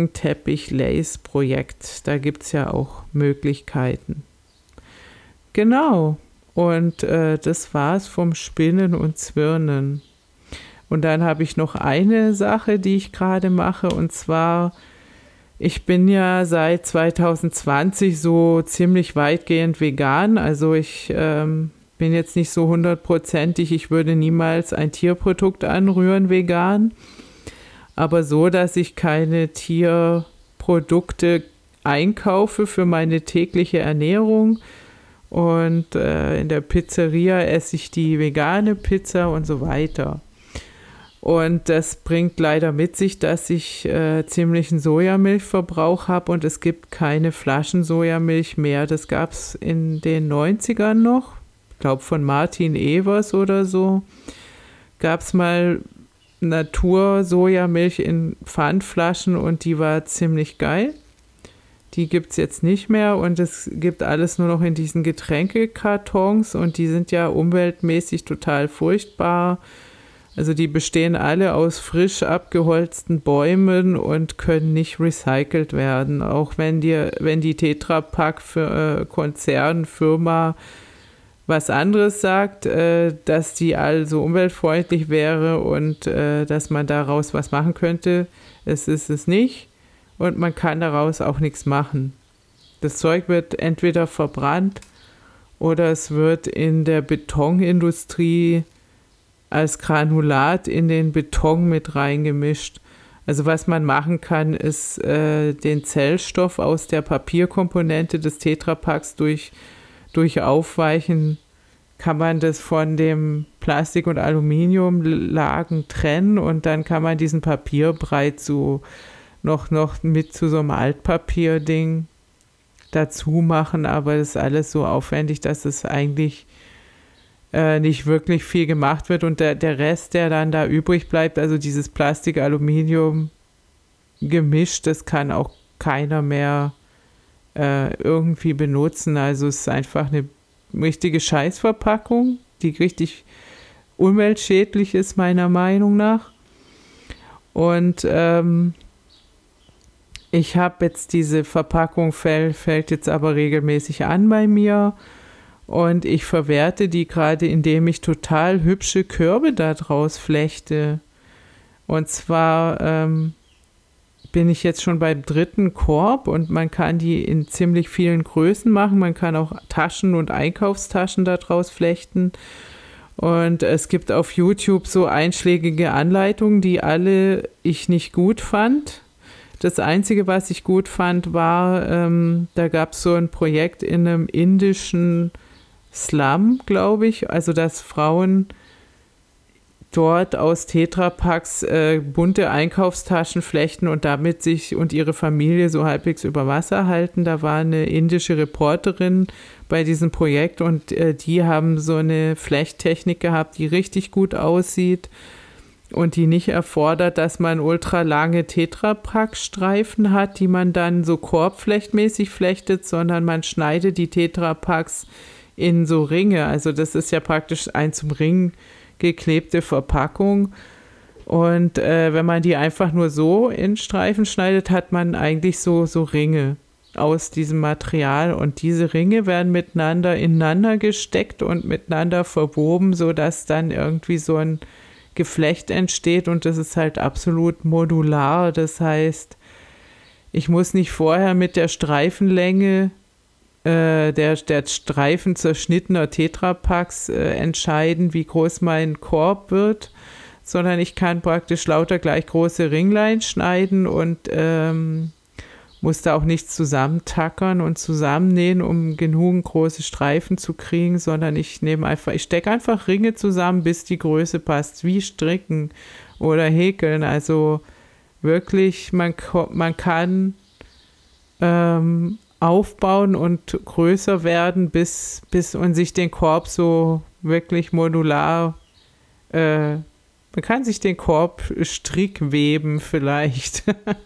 Flickenteppich-Lace-Projekt. Da gibt es ja auch Möglichkeiten. Genau. Und äh, das war's vom Spinnen und Zwirnen. Und dann habe ich noch eine Sache, die ich gerade mache. Und zwar, ich bin ja seit zwanzig zwanzig so ziemlich weitgehend vegan. Also ich ähm, bin jetzt nicht so hundertprozentig. Ich würde niemals ein Tierprodukt anrühren vegan. Aber so, dass ich keine Tierprodukte einkaufe für meine tägliche Ernährung. Und äh, in der Pizzeria esse ich die vegane Pizza und so weiter. Und das bringt leider mit sich, dass ich äh, ziemlichen Sojamilchverbrauch habe und es gibt keine Flaschen-Sojamilch mehr. Das gab es in den neunzigern noch, ich glaube von Martin Evers oder so, gab es mal Natur-Sojamilch in Pfandflaschen und die war ziemlich geil. Die gibt es jetzt nicht mehr und es gibt alles nur noch in diesen Getränkekartons und die sind ja umweltmäßig total furchtbar. Also die bestehen alle aus frisch abgeholzten Bäumen und können nicht recycelt werden. Auch wenn die, wenn die Tetra Pak für, äh, Konzernfirma was anderes sagt, äh, dass die also umweltfreundlich wäre und äh, dass man daraus was machen könnte. Es ist es nicht und man kann daraus auch nichts machen. Das Zeug wird entweder verbrannt oder es wird in der Betonindustrie als Granulat in den Beton mit reingemischt. Also was man machen kann, ist äh, den Zellstoff aus der Papierkomponente des Tetra Paks durch durch Aufweichen kann man das von dem Plastik- und Aluminiumlagen trennen und dann kann man diesen Papierbrei zu, noch, noch mit zu so einem Altpapierding dazu machen, aber das ist alles so aufwendig, dass es eigentlich äh, nicht wirklich viel gemacht wird und der, der Rest, der dann da übrig bleibt, also dieses Plastik-Aluminium-Gemisch, das kann auch keiner mehr irgendwie benutzen. Also es ist einfach eine richtige Scheißverpackung, die richtig umweltschädlich ist, meiner Meinung nach. Und ähm, ich habe jetzt diese Verpackung, fällt, fällt jetzt aber regelmäßig an bei mir und ich verwerte die gerade, indem ich total hübsche Körbe daraus flechte. Und zwar ähm, bin ich jetzt schon beim dritten Korb und man kann die in ziemlich vielen Größen machen. Man kann auch Taschen und Einkaufstaschen daraus flechten. Und es gibt auf YouTube so einschlägige Anleitungen, die alle ich nicht gut fand. Das Einzige, was ich gut fand, war, ähm, da gab es so ein Projekt in einem indischen Slum, glaube ich, also dass Frauen dort aus Tetra Paks äh, bunte Einkaufstaschen flechten und damit sich und ihre Familie so halbwegs über Wasser halten. Da war eine indische Reporterin bei diesem Projekt und äh, die haben so eine Flechttechnik gehabt, die richtig gut aussieht und die nicht erfordert, dass man ultralange Tetra Pak-Streifen hat, die man dann so korbflechtmäßig flechtet, sondern man schneidet die Tetra Paks in so Ringe. Also das ist ja praktisch ein zum Ring geklebte Verpackung und äh, wenn man die einfach nur so in Streifen schneidet, hat man eigentlich so, so Ringe aus diesem Material und diese Ringe werden miteinander ineinander gesteckt und miteinander verwoben, sodass dann irgendwie so ein Geflecht entsteht und das ist halt absolut modular, das heißt, ich muss nicht vorher mit der Streifenlänge Der, der Streifen zerschnittener Tetra Paks äh, entscheiden, wie groß mein Korb wird, sondern ich kann praktisch lauter gleich große Ringlein schneiden und ähm, muss da auch nichts zusammentackern und zusammennähen, um genug große Streifen zu kriegen, sondern ich nehme einfach, ich stecke einfach Ringe zusammen, bis die Größe passt, wie Stricken oder Häkeln. Also wirklich, man, man kann ähm, aufbauen und größer werden, bis, bis man sich den Korb so wirklich modular, äh, man kann sich den Korb strickweben vielleicht.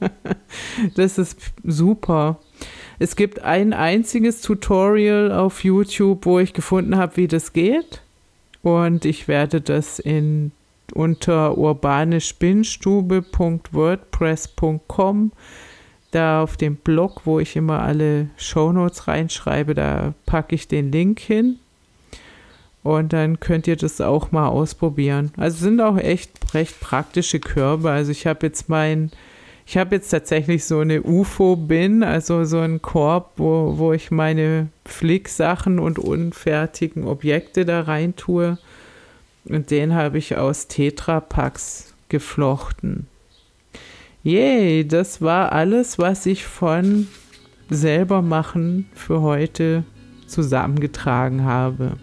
Das ist super. Es gibt ein einziges Tutorial auf YouTube, wo ich gefunden habe, wie das geht. und ich werde das in unter urbane spinnstube punkt wordpress punkt com, da auf dem Blog, wo ich immer alle Shownotes reinschreibe, da packe ich den Link hin und dann könnt ihr das auch mal ausprobieren. Also sind auch echt recht praktische Körbe. Also ich habe jetzt mein, ich habe jetzt tatsächlich so eine U F O-Bin, also so einen Korb, wo, wo ich meine Flicksachen und unfertigen Objekte da rein tue. Und den habe ich aus Tetrapacks geflochten. Yay, das war alles, was ich von selber machen für heute zusammengetragen habe.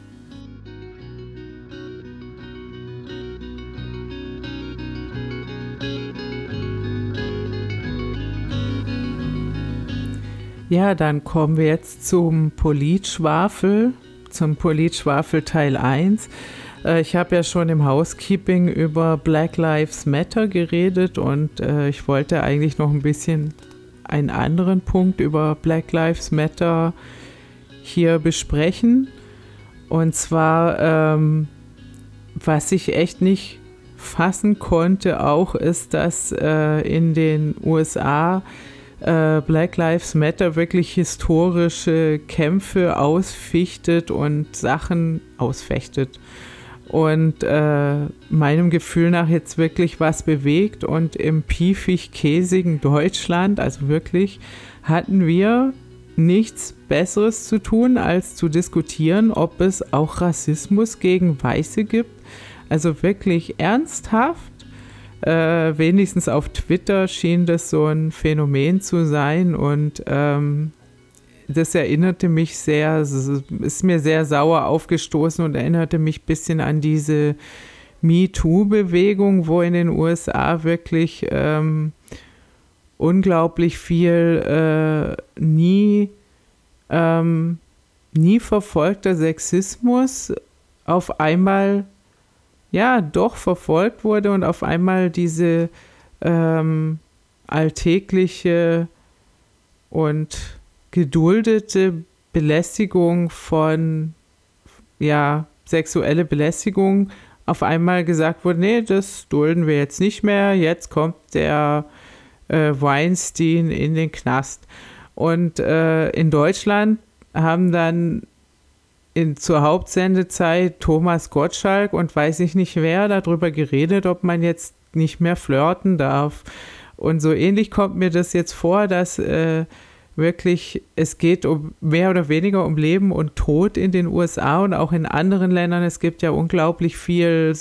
Ja, dann kommen wir jetzt zum Politschwafel, zum Politschwafel Teil eins. Äh, ich habe ja schon im Housekeeping über Black Lives Matter geredet und äh, ich wollte eigentlich noch ein bisschen einen anderen Punkt über Black Lives Matter hier besprechen. Und zwar, ähm, was ich echt nicht fassen konnte auch, ist, dass äh, in den U S A Black Lives Matter wirklich historische Kämpfe ausfichtet und Sachen ausfechtet und äh, meinem Gefühl nach jetzt wirklich was bewegt, und im piefig-käsigen Deutschland, also wirklich, hatten wir nichts Besseres zu tun, als zu diskutieren, ob es auch Rassismus gegen Weiße gibt. Also wirklich ernsthaft. Äh, wenigstens auf Twitter schien das so ein Phänomen zu sein, und ähm, das erinnerte mich sehr, ist mir sehr sauer aufgestoßen und erinnerte mich ein bisschen an diese MeToo-Bewegung, wo in den U S A wirklich ähm, unglaublich viel äh, nie, ähm, nie verfolgter Sexismus auf einmal ja, doch verfolgt wurde und auf einmal diese ähm, alltägliche und geduldete Belästigung von, ja, sexuelle Belästigung auf einmal gesagt wurde, nee, das dulden wir jetzt nicht mehr, jetzt kommt der äh, Weinstein in den Knast. Und äh, in Deutschland haben dann In, zur Hauptsendezeit Thomas Gottschalk und weiß ich nicht wer darüber geredet, ob man jetzt nicht mehr flirten darf. Und so ähnlich kommt mir das jetzt vor, dass äh, wirklich, es geht um mehr oder weniger um Leben und Tod in den U S A und auch in anderen Ländern. Es gibt ja unglaublich viel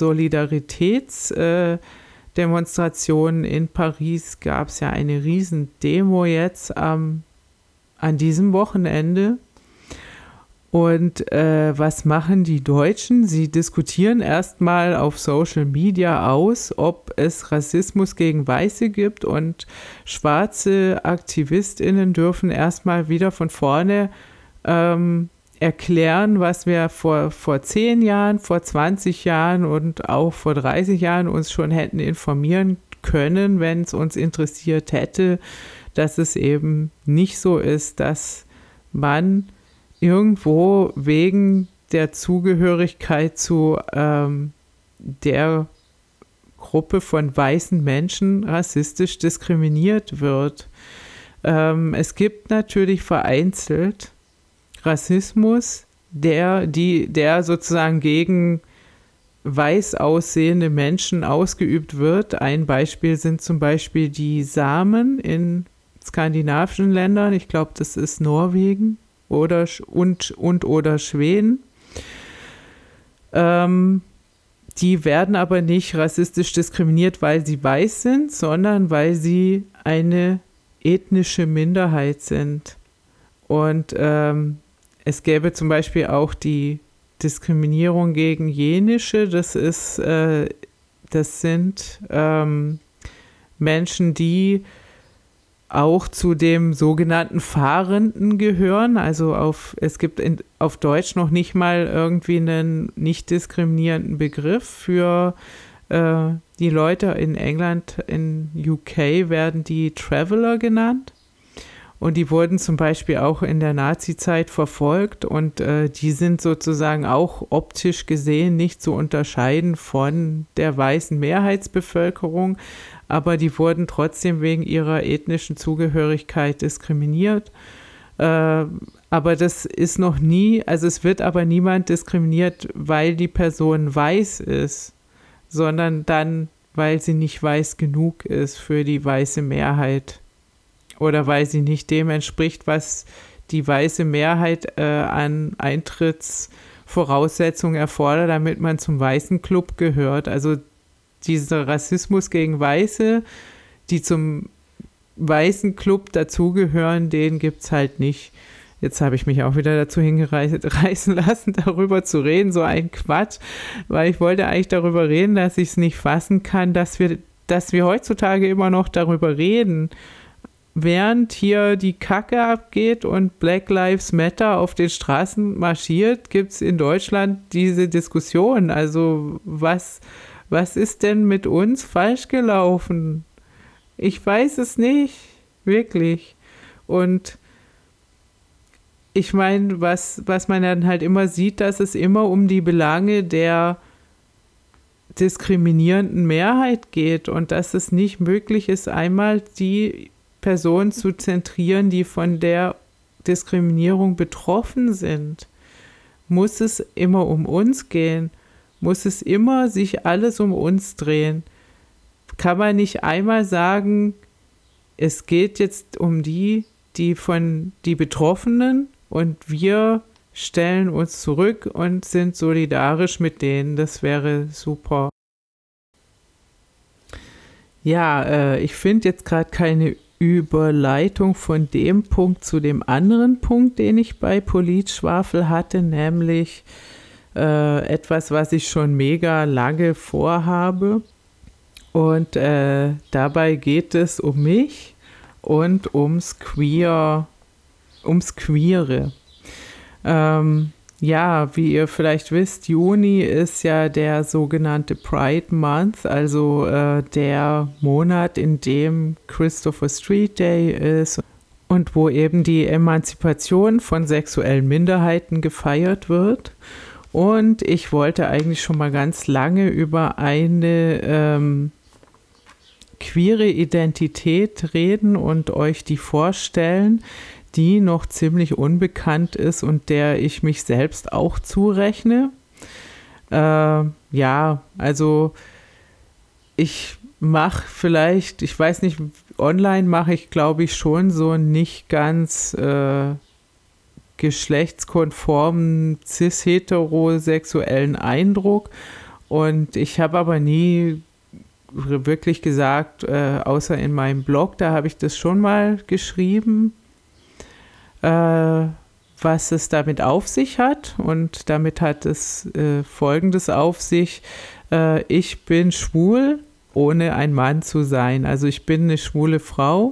Solidaritätsdemonstrationen. Äh, in Paris gab es ja eine riesen Demo jetzt ähm, an diesem Wochenende. Und äh, was machen die Deutschen? Sie diskutieren erstmal auf Social Media aus, ob es Rassismus gegen Weiße gibt, und schwarze AktivistInnen dürfen erstmal wieder von vorne ähm, erklären, was wir vor, vor zehn Jahren, vor zwanzig Jahren und auch vor dreißig Jahren uns schon hätten informieren können, wenn es uns interessiert hätte, dass es eben nicht so ist, dass man irgendwo wegen der Zugehörigkeit zu ähm, der Gruppe von weißen Menschen rassistisch diskriminiert wird. Ähm, es gibt natürlich vereinzelt Rassismus, der, die, der sozusagen gegen weiß aussehende Menschen ausgeübt wird. Ein Beispiel sind zum Beispiel die Samen in skandinavischen Ländern. Ich glaube, das ist Norwegen. Oder und, und oder Schweden. Ähm, die werden aber nicht rassistisch diskriminiert, weil sie weiß sind, sondern weil sie eine ethnische Minderheit sind. Und ähm, es gäbe zum Beispiel auch die Diskriminierung gegen Jenische. Das ist, äh, das sind ähm, Menschen, die auch zu dem sogenannten Fahrenden gehören. Also auf, es gibt in, auf Deutsch noch nicht mal irgendwie einen nicht diskriminierenden Begriff für äh, die Leute. In England, in U K werden die Traveller genannt. Und die wurden zum Beispiel auch in der Nazi-Zeit verfolgt und äh, die sind sozusagen auch optisch gesehen nicht zu unterscheiden von der weißen Mehrheitsbevölkerung, aber die wurden trotzdem wegen ihrer ethnischen Zugehörigkeit diskriminiert. Äh, aber das ist noch nie, also es wird aber niemand diskriminiert, weil die Person weiß ist, sondern dann, weil sie nicht weiß genug ist für die weiße Mehrheit. Oder weil sie nicht dem entspricht, was die weiße Mehrheit äh, an Eintrittsvoraussetzungen erfordert, damit man zum weißen Club gehört. Also dieser Rassismus gegen Weiße, die zum weißen Club dazugehören, den gibt es halt nicht. Jetzt habe ich mich auch wieder dazu hinreißen lassen, darüber zu reden, so ein Quatsch, weil ich wollte eigentlich darüber reden, dass ich es nicht fassen kann, dass wir, dass wir heutzutage immer noch darüber reden, während hier die Kacke abgeht und Black Lives Matter auf den Straßen marschiert, gibt es in Deutschland diese Diskussion. Also was, was ist denn mit uns falsch gelaufen? Ich weiß es nicht, wirklich. Und ich meine, was, was man dann halt immer sieht, dass es immer um die Belange der diskriminierenden Mehrheit geht und dass es nicht möglich ist, einmal die Personen zu zentrieren, die von der Diskriminierung betroffen sind. Muss es immer um uns gehen? Muss es immer sich alles um uns drehen? Kann man nicht einmal sagen, es geht jetzt um die, die von die Betroffenen und wir stellen uns zurück und sind solidarisch mit denen. Das wäre super. Ja, äh, ich finde jetzt gerade keine Überleitung von dem Punkt zu dem anderen Punkt, den ich bei Politschwafel hatte, nämlich äh, etwas, was ich schon mega lange vorhabe. Und äh, dabei geht es um mich und ums Queer, ums Queere. Ähm, ja, wie ihr vielleicht wisst, Juni ist ja der sogenannte Pride Month, also äh, der Monat, in dem Christopher Street Day ist und wo eben die Emanzipation von sexuellen Minderheiten gefeiert wird. Und ich wollte eigentlich schon mal ganz lange über eine ähm, queere Identität reden und euch die vorstellen, die noch ziemlich unbekannt ist und der ich mich selbst auch zurechne. Äh, ja, also ich mache vielleicht, ich weiß nicht, online mache ich, glaube ich, schon so einen nicht ganz äh, geschlechtskonformen cis-heterosexuellen Eindruck und ich habe aber nie wirklich gesagt, äh, außer in meinem Blog, da habe ich das schon mal geschrieben, äh, was es damit auf sich hat. Und damit hat es äh, Folgendes auf sich. Äh, ich bin schwul, ohne ein Mann zu sein. Also ich bin eine schwule Frau.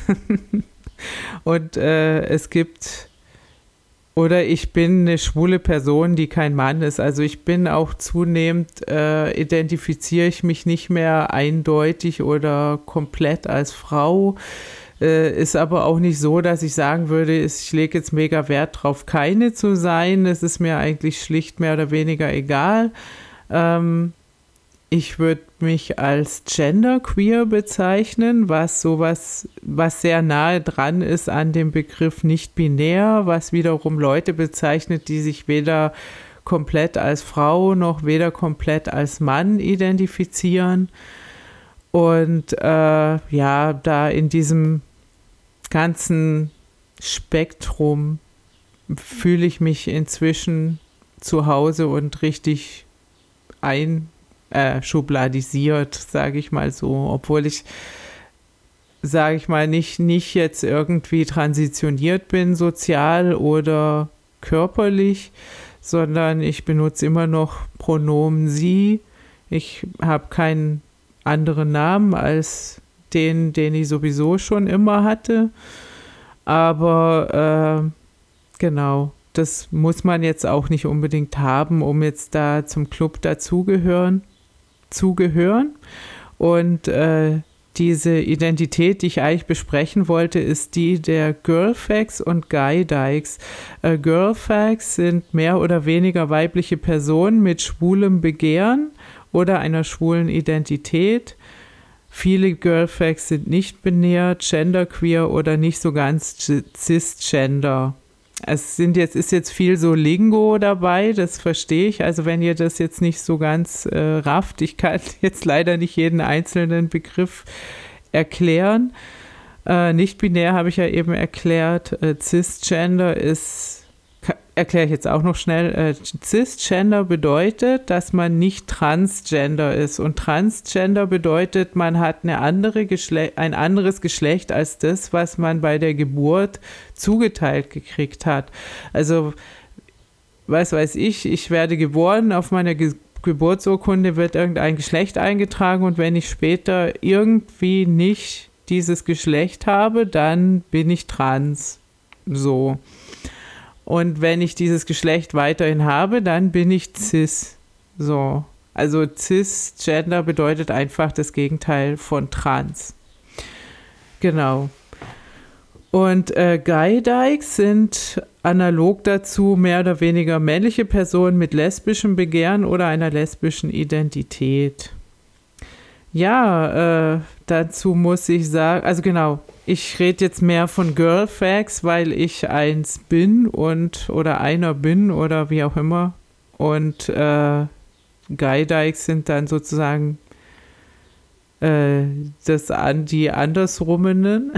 Und äh, es gibt, oder ich bin eine schwule Person, die kein Mann ist. Also ich bin auch zunehmend, äh, identifiziere ich mich nicht mehr eindeutig oder komplett als Frau. Äh, ist aber auch nicht so, dass ich sagen würde, ich lege jetzt mega Wert drauf, keine zu sein. Es ist mir eigentlich schlicht mehr oder weniger egal. Ähm, ich würde mich als genderqueer bezeichnen, was sowas, was sehr nahe dran ist an dem Begriff nicht-binär, was wiederum Leute bezeichnet, die sich weder komplett als Frau noch weder komplett als Mann identifizieren. Und äh, ja, da in diesem ganzen Spektrum fühle ich mich inzwischen zu Hause und richtig ein Äh, schubladisiert, sage ich mal so, obwohl ich, sage ich mal, nicht, nicht jetzt irgendwie transitioniert bin, sozial oder körperlich, sondern ich benutze immer noch Pronomen sie. Ich habe keinen anderen Namen als den, den ich sowieso schon immer hatte, aber äh, genau, das muss man jetzt auch nicht unbedingt haben, um jetzt da zum Club dazugehören. zugehören. Und äh, diese Identität, die ich eigentlich besprechen wollte, ist die der Girlfags und Guy Dykes. Äh, Girlfags sind mehr oder weniger weibliche Personen mit schwulem Begehren oder einer schwulen Identität. Viele Girlfags sind nicht binär, genderqueer oder nicht so ganz cisgender. Es sind jetzt, ist jetzt viel so Lingo dabei, das verstehe ich. Also wenn ihr das jetzt nicht so ganz äh, rafft, ich kann jetzt leider nicht jeden einzelnen Begriff erklären. Äh, nicht-binär habe ich ja eben erklärt. Äh, Cisgender ist, erkläre ich jetzt auch noch schnell, äh, Cisgender bedeutet, dass man nicht Transgender ist. Und Transgender bedeutet, man hat eine andere Geschle- ein anderes Geschlecht als das, was man bei der Geburt zugeteilt gekriegt hat. Also, was weiß ich, ich werde geboren, auf meiner Ge- Geburtsurkunde wird irgendein Geschlecht eingetragen und wenn ich später irgendwie nicht dieses Geschlecht habe, dann bin ich trans. So. Und wenn ich dieses Geschlecht weiterhin habe, dann bin ich cis. So. Also cisgender bedeutet einfach das Gegenteil von trans. Genau. Und äh, Guy Dykes sind analog dazu mehr oder weniger männliche Personen mit lesbischem Begehren oder einer lesbischen Identität. Ja, äh, dazu muss ich sagen, also genau, ich rede jetzt mehr von Girlfags, weil ich eins bin und oder einer bin oder wie auch immer. Und äh, Guy Dykes sind dann sozusagen äh, das an die Andersrummenen.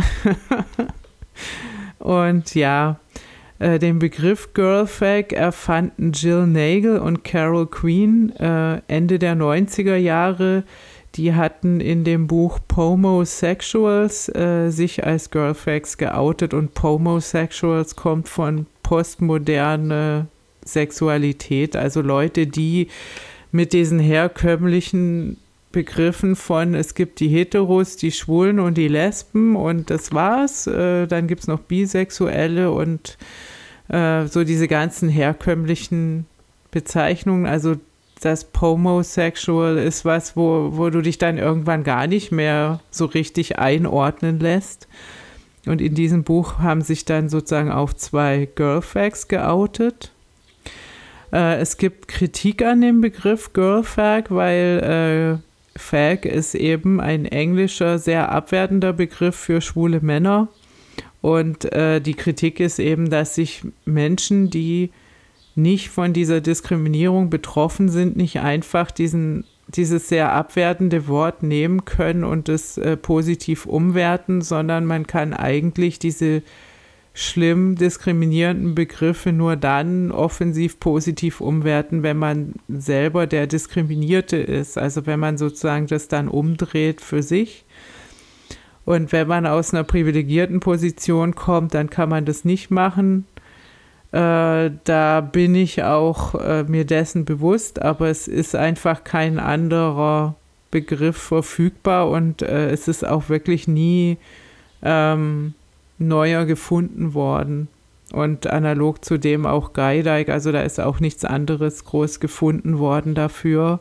Und ja, äh, den Begriff Girlfag erfanden Jill Nagle und Carol Queen äh, Ende der neunziger Jahre. Die hatten in dem Buch Pomosexuals äh, sich als Girlfags geoutet und Pomosexuals kommt von postmoderne Sexualität, also Leute, die mit diesen herkömmlichen Begriffen von es gibt die Heteros, die Schwulen und die Lesben und das war's, äh, dann gibt es noch Bisexuelle und äh, so diese ganzen herkömmlichen Bezeichnungen, also das Pomosexual ist was, wo, wo du dich dann irgendwann gar nicht mehr so richtig einordnen lässt. Und in diesem Buch haben sich dann sozusagen auch zwei Girlfags geoutet. Äh, es gibt Kritik an dem Begriff Girlfag, weil äh, Fag ist eben ein englischer, sehr abwertender Begriff für schwule Männer. Und äh, die Kritik ist eben, dass sich Menschen, die nicht von dieser Diskriminierung betroffen sind, nicht einfach diesen, dieses sehr abwertende Wort nehmen können und es äh, positiv umwerten, sondern man kann eigentlich diese schlimm diskriminierenden Begriffe nur dann offensiv positiv umwerten, wenn man selber der Diskriminierte ist. Also wenn man sozusagen das dann umdreht für sich. Und wenn man aus einer privilegierten Position kommt, dann kann man das nicht machen. Äh, da bin ich auch äh, mir dessen bewusst, aber es ist einfach kein anderer Begriff verfügbar und äh, es ist auch wirklich nie ähm, neuer gefunden worden. Und analog zu dem auch Guy Dyke, also da ist auch nichts anderes groß gefunden worden dafür.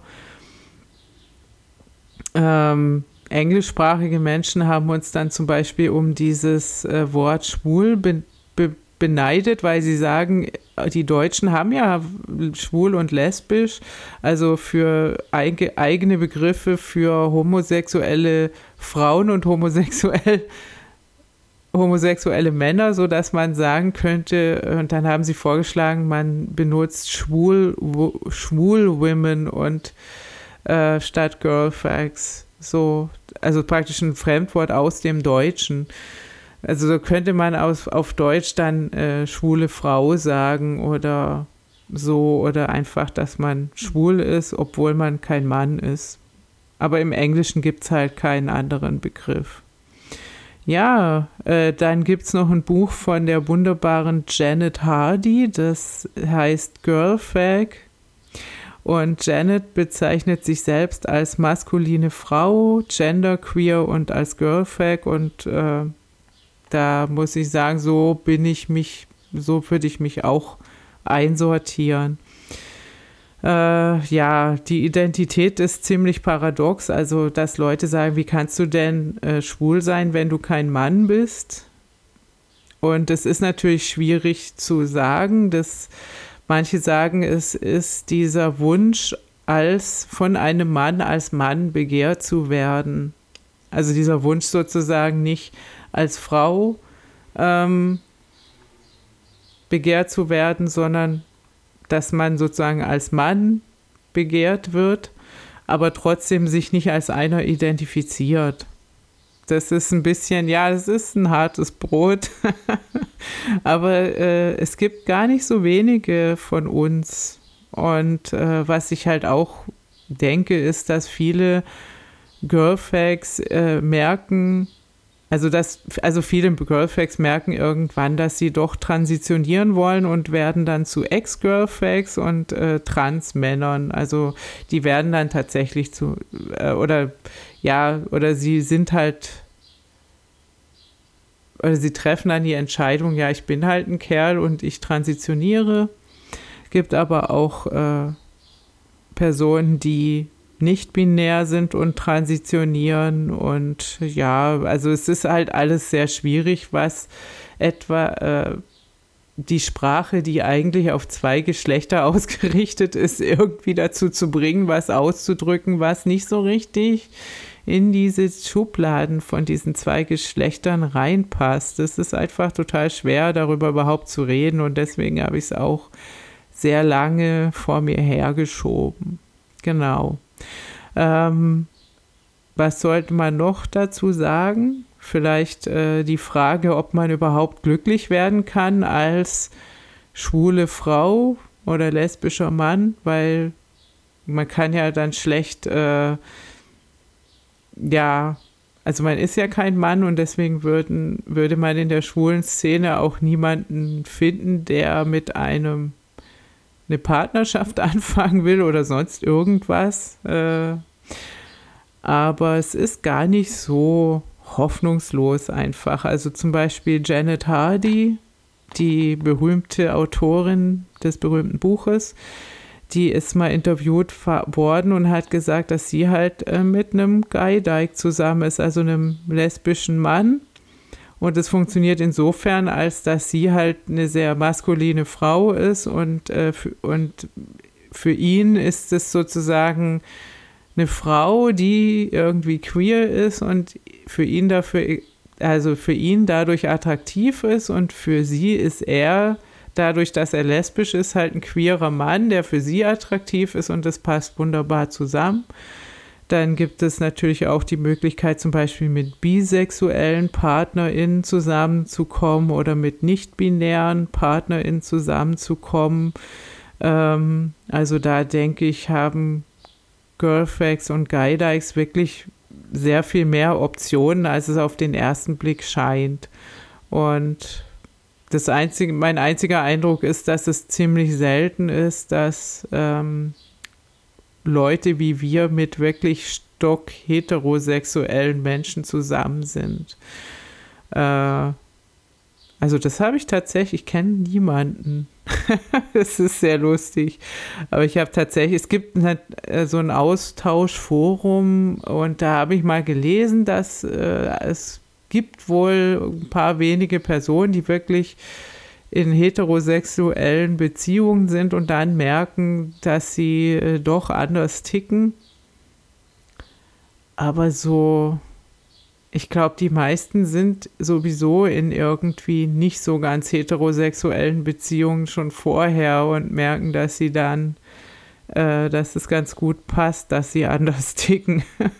Ähm, englischsprachige Menschen haben uns dann zum Beispiel um dieses äh, Wort schwul be- be- beneidet, weil sie sagen, die Deutschen haben ja schwul und lesbisch, also für eige, eigene Begriffe für homosexuelle Frauen und homosexuell, homosexuelle Männer, sodass man sagen könnte, und dann haben sie vorgeschlagen, man benutzt schwul, schwul Women und äh, statt Girlfags, so, also praktisch ein Fremdwort aus dem Deutschen. Also so könnte man aus, auf Deutsch dann äh, schwule Frau sagen oder so oder einfach, dass man schwul ist, obwohl man kein Mann ist. Aber im Englischen gibt es halt keinen anderen Begriff. Ja, äh, dann gibt es noch ein Buch von der wunderbaren Janet Hardy, das heißt Girlfag. Und Janet bezeichnet sich selbst als maskuline Frau, genderqueer und als Girlfag und äh, da muss ich sagen, so bin ich mich, so würde ich mich auch einsortieren. Äh, ja, die Identität ist ziemlich paradox. Also, dass Leute sagen, wie kannst du denn äh, schwul sein, wenn du kein Mann bist? Und es ist natürlich schwierig zu sagen, dass manche sagen, es ist dieser Wunsch, als von einem Mann als Mann begehrt zu werden. Also dieser Wunsch sozusagen nicht als Frau ähm, begehrt zu werden, sondern dass man sozusagen als Mann begehrt wird, aber trotzdem sich nicht als einer identifiziert. Das ist ein bisschen, ja, das ist ein hartes Brot, aber äh, es gibt gar nicht so wenige von uns. Und äh, was ich halt auch denke, ist, dass viele Girlfags äh, merken, Also, dass, also viele Girlfags merken irgendwann, dass sie doch transitionieren wollen und werden dann zu Ex-Girlfags und äh, Trans-Männern. Also die werden dann tatsächlich zu, äh, oder ja, oder sie sind halt, oder sie treffen dann die Entscheidung, ja, ich bin halt ein Kerl und ich transitioniere. Gibt aber auch äh, Personen, die nicht binär sind und transitionieren und ja, also es ist halt alles sehr schwierig, was etwa äh, die Sprache, die eigentlich auf zwei Geschlechter ausgerichtet ist, irgendwie dazu zu bringen, was auszudrücken, was nicht so richtig in diese Schubladen von diesen zwei Geschlechtern reinpasst. Es ist einfach total schwer, darüber überhaupt zu reden und deswegen habe ich es auch sehr lange vor mir hergeschoben. Genau. Ähm, was sollte man noch dazu sagen? Vielleicht äh, die Frage, ob man überhaupt glücklich werden kann als schwule Frau oder lesbischer Mann, weil man kann ja dann schlecht, äh, ja, also man ist ja kein Mann und deswegen würden, würde man in der schwulen Szene auch niemanden finden, der mit einem eine Partnerschaft anfangen will oder sonst irgendwas. Äh, aber es ist gar nicht so hoffnungslos einfach. Also zum Beispiel Janet Hardy, die berühmte Autorin des berühmten Buches, die ist mal interviewt worden und hat gesagt, dass sie halt äh, mit einem Guy Dyke zusammen ist, also einem lesbischen Mann. Und es funktioniert insofern, als dass sie halt eine sehr maskuline Frau ist und, äh, für, und für ihn ist es sozusagen eine Frau, die irgendwie queer ist und für ihn dafür, also für ihn dadurch attraktiv ist und für sie ist er, dadurch, dass er lesbisch ist, halt ein queerer Mann, der für sie attraktiv ist und das passt wunderbar zusammen. Dann gibt es natürlich auch die Möglichkeit, zum Beispiel mit bisexuellen PartnerInnen zusammenzukommen oder mit nicht-binären PartnerInnen zusammenzukommen. Ähm, also da denke ich, haben Girlfags und Guy Dykes wirklich sehr viel mehr Optionen, als es auf den ersten Blick scheint. Und das einzige, mein einziger Eindruck ist, dass es ziemlich selten ist, dass ähm, Leute wie wir mit wirklich stock heterosexuellen Menschen zusammen sind. Äh, also das habe ich tatsächlich, ich kenne niemanden. Das ist sehr lustig. Aber ich habe tatsächlich, es gibt eine, so ein Austauschforum und da habe ich mal gelesen, dass äh, es gibt wohl ein paar wenige Personen, die wirklich in heterosexuellen Beziehungen sind und dann merken, dass sie äh, doch anders ticken. Aber so, ich glaube, die meisten sind sowieso in irgendwie nicht so ganz heterosexuellen Beziehungen schon vorher und merken, dass sie dann, äh, dass es ganz gut passt, dass sie anders ticken.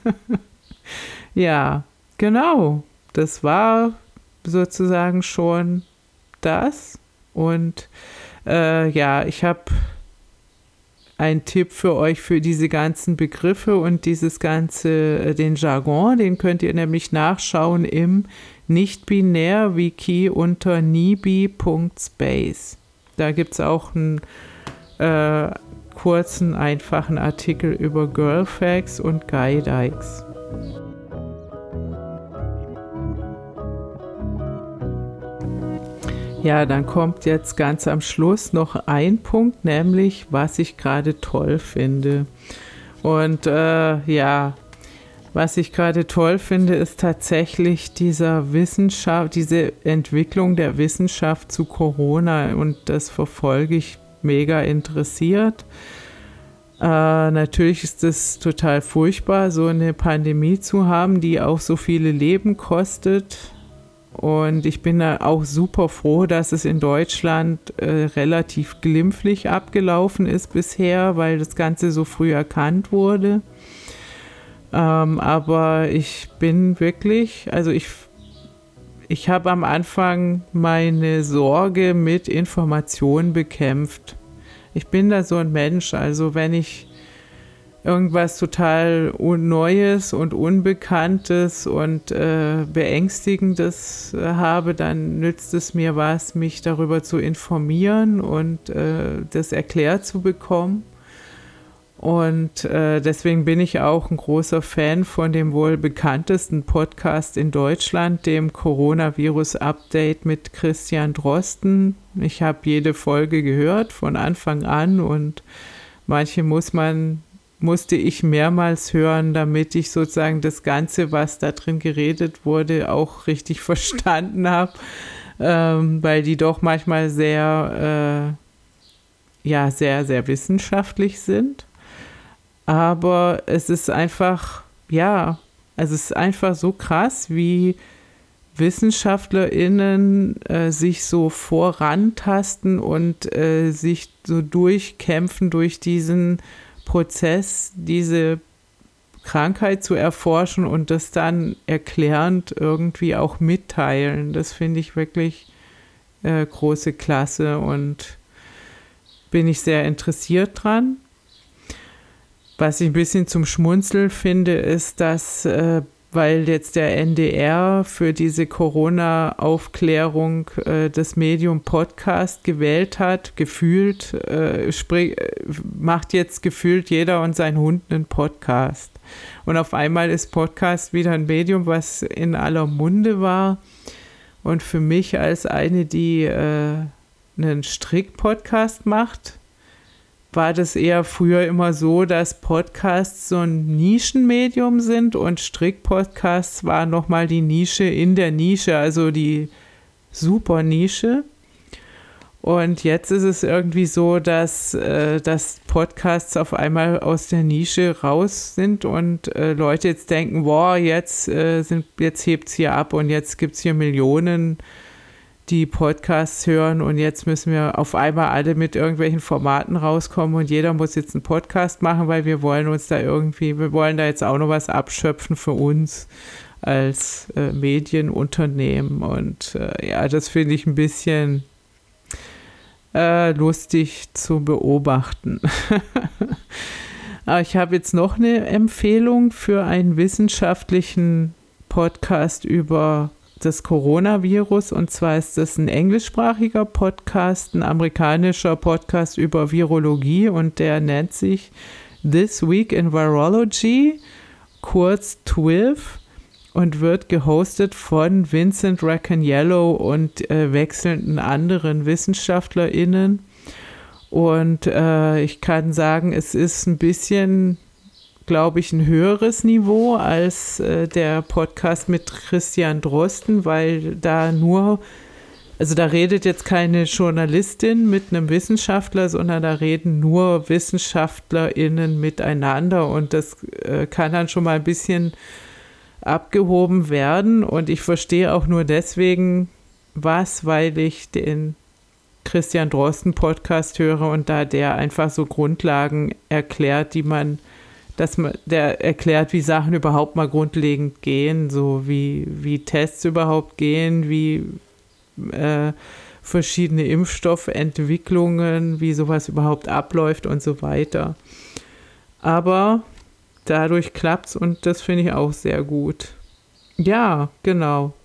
Ja, genau. Das war sozusagen schon das. Und äh, ja, ich habe einen Tipp für euch für diese ganzen Begriffe und dieses ganze, äh, den Jargon, den könnt ihr nämlich nachschauen im Nicht-Binär-Wiki unter nibi punkt space. Da gibt es auch einen äh, kurzen, einfachen Artikel über Girlfags und Guy Dykes. Ja, dann kommt jetzt ganz am Schluss noch ein Punkt, nämlich was ich gerade toll finde. Und äh, ja, was ich gerade toll finde, ist tatsächlich dieser Wissenschaft, diese Entwicklung der Wissenschaft zu Corona, und das verfolge ich mega interessiert. Äh, natürlich ist es total furchtbar, so eine Pandemie zu haben, die auch so viele Leben kostet. Und ich bin da auch super froh, dass es in Deutschland äh, relativ glimpflich abgelaufen ist bisher, weil das Ganze so früh erkannt wurde. Ähm, aber ich bin wirklich, also ich, ich habe am Anfang meine Sorge mit Informationen bekämpft. Ich bin da so ein Mensch, also wenn ich irgendwas total Neues und Unbekanntes und äh, Beängstigendes äh, habe, dann nützt es mir was, mich darüber zu informieren und äh, das erklärt zu bekommen. Und äh, deswegen bin ich auch ein großer Fan von dem wohl bekanntesten Podcast in Deutschland, dem Coronavirus-Update mit Christian Drosten. Ich habe jede Folge gehört von Anfang an, und manche muss man musste ich mehrmals hören, damit ich sozusagen das Ganze, was da drin geredet wurde, auch richtig verstanden habe, ähm, weil die doch manchmal sehr, äh, ja, sehr, sehr wissenschaftlich sind. Aber es ist einfach, ja, also es ist einfach so krass, wie WissenschaftlerInnen äh, sich so vorantasten und äh, sich so durchkämpfen durch diesen Prozess, diese Krankheit zu erforschen und das dann erklärend irgendwie auch mitteilen. Das finde ich wirklich äh, große Klasse und bin ich sehr interessiert dran. Was ich ein bisschen zum Schmunzeln finde, ist, dass, äh, weil jetzt der N D R für diese Corona-Aufklärung äh, das Medium Podcast gewählt hat, gefühlt, äh, sprich, macht jetzt gefühlt jeder und sein Hund einen Podcast. Und auf einmal ist Podcast wieder ein Medium, was in aller Munde war. Und für mich als eine, die äh, einen Strick-Podcast macht, war das eher früher immer so, dass Podcasts so ein Nischenmedium sind und Strick-Podcasts war nochmal die Nische in der Nische, also die super Nische. Und jetzt ist es irgendwie so, dass, äh, dass Podcasts auf einmal aus der Nische raus sind und äh, Leute jetzt denken, wow, jetzt, äh, sind, jetzt hebt es hier ab und jetzt gibt es hier Millionen, die Podcasts hören, und jetzt müssen wir auf einmal alle mit irgendwelchen Formaten rauskommen und jeder muss jetzt einen Podcast machen, weil wir wollen uns da irgendwie, wir wollen da jetzt auch noch was abschöpfen für uns als äh, Medienunternehmen, und äh, ja, das finde ich ein bisschen äh, lustig zu beobachten. Aber ich habe jetzt noch eine Empfehlung für einen wissenschaftlichen Podcast über das Coronavirus, und zwar ist das ein englischsprachiger Podcast, ein amerikanischer Podcast über Virologie, und der nennt sich This Week in Virology, kurz T W I V, und wird gehostet von Vincent Racaniello und äh, wechselnden anderen WissenschaftlerInnen. Und äh, ich kann sagen, es ist ein bisschen, glaube ich, ein höheres Niveau als äh, der Podcast mit Christian Drosten, weil da nur, also da redet jetzt keine Journalistin mit einem Wissenschaftler, sondern da reden nur WissenschaftlerInnen miteinander, und das äh, kann dann schon mal ein bisschen abgehoben werden, und ich verstehe auch nur deswegen was, weil ich den Christian Drosten Podcast höre und da der einfach so Grundlagen erklärt, die man dass man, der erklärt, wie Sachen überhaupt mal grundlegend gehen, so wie, wie Tests überhaupt gehen, wie äh, verschiedene Impfstoffentwicklungen, wie sowas überhaupt abläuft und so weiter. Aber dadurch klappt's, und das finde ich auch sehr gut. Ja, genau.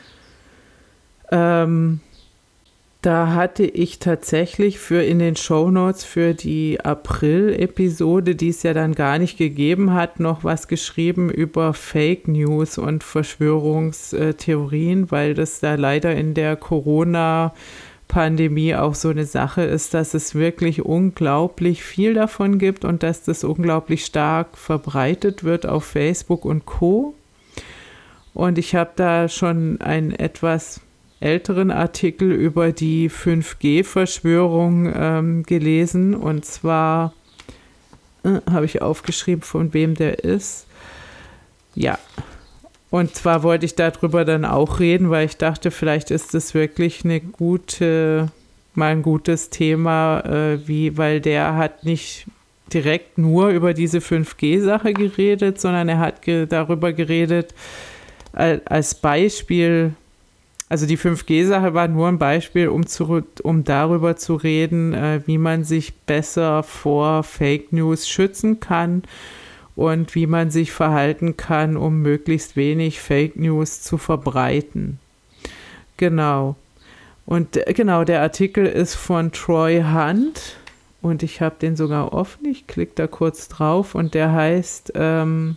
Ähm, Da hatte ich tatsächlich für in den Shownotes für die April-Episode, die es ja dann gar nicht gegeben hat, noch was geschrieben über Fake News und Verschwörungstheorien, weil das da leider in der Corona- Pandemie auch so eine Sache ist, dass es wirklich unglaublich viel davon gibt und dass das unglaublich stark verbreitet wird auf Facebook und Co. Und ich habe da schon einen etwas älteren Artikel über die fünf G-Verschwörung ähm, gelesen. Und zwar äh, habe ich aufgeschrieben, von wem der ist. Ja, und zwar wollte ich darüber dann auch reden, weil ich dachte, vielleicht ist das wirklich eine gute, mal ein gutes Thema, äh, wie, weil der hat nicht direkt nur über diese fünf G-Sache geredet, sondern er hat ge- darüber geredet, äh, als Beispiel, also die fünf G-Sache war nur ein Beispiel, um, zu, um darüber zu reden, äh, wie man sich besser vor Fake News schützen kann und wie man sich verhalten kann, um möglichst wenig Fake News zu verbreiten. Genau. Und äh, genau, der Artikel ist von Troy Hunt und ich habe den sogar offen. Ich klicke da kurz drauf und der heißt ähm,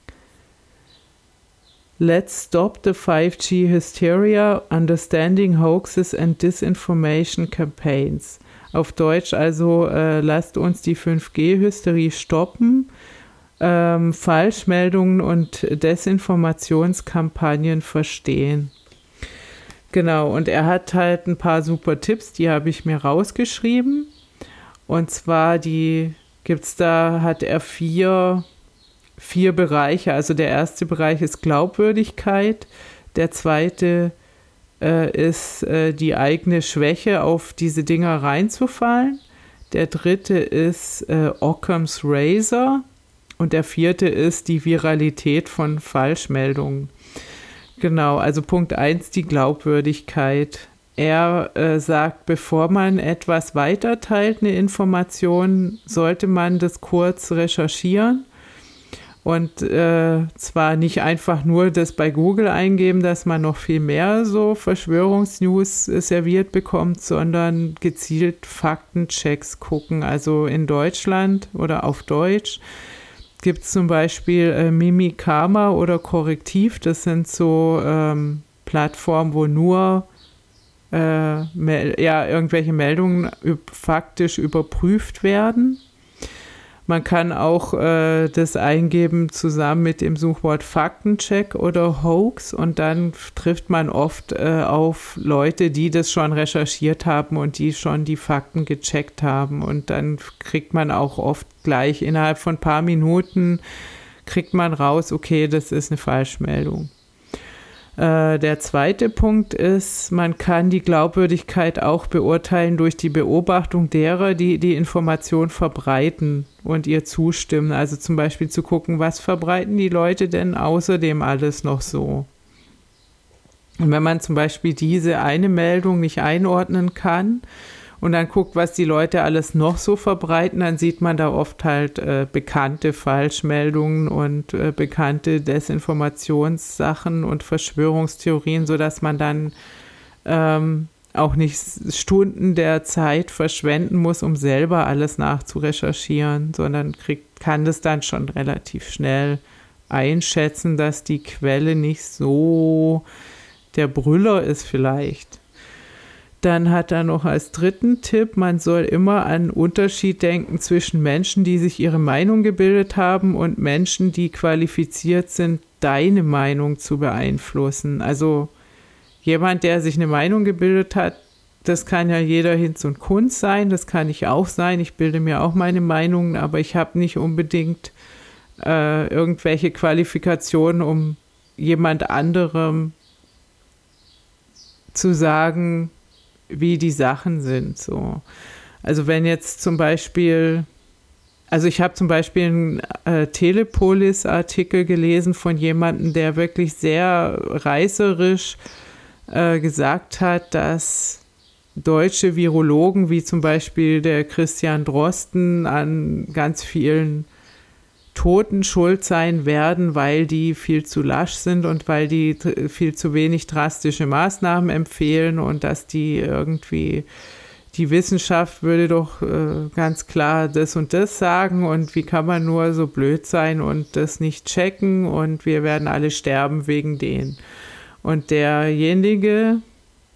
Let's Stop the five G Hysteria, Understanding Hoaxes and Disinformation Campaigns. Auf Deutsch also, äh, lasst uns die fünf G-Hysterie stoppen, ähm, Falschmeldungen und Desinformationskampagnen verstehen. Genau, und er hat halt ein paar super Tipps, die habe ich mir rausgeschrieben. Und zwar die gibt's da, hat er vier vier Bereiche. Also der erste Bereich ist Glaubwürdigkeit, der zweite äh, ist äh, die eigene Schwäche, auf diese Dinger reinzufallen, der dritte ist äh, Occam's Razor und der vierte ist die Viralität von Falschmeldungen. Genau, also Punkt eins, die Glaubwürdigkeit. Er äh, sagt, bevor man etwas weiterteilt, eine Information, sollte man das kurz recherchieren. Und äh, zwar nicht einfach nur das bei Google eingeben, dass man noch viel mehr so Verschwörungsnews äh, serviert bekommt, sondern gezielt Faktenchecks gucken. Also in Deutschland oder auf Deutsch gibt es zum Beispiel äh, Mimikama oder Korrektiv. Das sind so ähm, Plattformen, wo nur äh, mel- ja, irgendwelche Meldungen üb- faktisch überprüft werden. Man kann auch äh, das eingeben zusammen mit dem Suchwort Faktencheck oder Hoax und dann trifft man oft äh, auf Leute, die das schon recherchiert haben und die schon die Fakten gecheckt haben und dann kriegt man auch oft gleich innerhalb von ein paar Minuten kriegt man raus, okay, das ist eine Falschmeldung. Der zweite Punkt ist, man kann die Glaubwürdigkeit auch beurteilen durch die Beobachtung derer, die die Information verbreiten und ihr zustimmen. Also zum Beispiel zu gucken, was verbreiten die Leute denn außerdem alles noch so. Und wenn man zum Beispiel diese eine Meldung nicht einordnen kann und dann guckt, was die Leute alles noch so verbreiten, dann sieht man da oft halt äh, bekannte Falschmeldungen und äh, bekannte Desinformationssachen und Verschwörungstheorien, sodass man dann ähm, auch nicht Stunden der Zeit verschwenden muss, um selber alles nachzurecherchieren, sondern kriegt, kann das dann schon relativ schnell einschätzen, dass die Quelle nicht so der Brüller ist vielleicht. Dann hat er noch als dritten Tipp, man soll immer an einen Unterschied denken zwischen Menschen, die sich ihre Meinung gebildet haben und Menschen, die qualifiziert sind, deine Meinung zu beeinflussen. Also jemand, der sich eine Meinung gebildet hat, das kann ja jeder Hinz und Kunz sein, das kann ich auch sein, ich bilde mir auch meine Meinungen, aber ich habe nicht unbedingt äh, irgendwelche Qualifikationen, um jemand anderem zu sagen, wie die Sachen sind. So. Also wenn jetzt zum Beispiel, also ich habe zum Beispiel einen äh, Telepolis-Artikel gelesen von jemandem, der wirklich sehr reißerisch äh, gesagt hat, dass deutsche Virologen, wie zum Beispiel der Christian Drosten, an ganz vielen Toten schuld sein werden, weil die viel zu lasch sind und weil die viel zu wenig drastische Maßnahmen empfehlen und dass die irgendwie, die Wissenschaft würde doch äh, ganz klar das und das sagen und wie kann man nur so blöd sein und das nicht checken und wir werden alle sterben wegen denen. Und derjenige,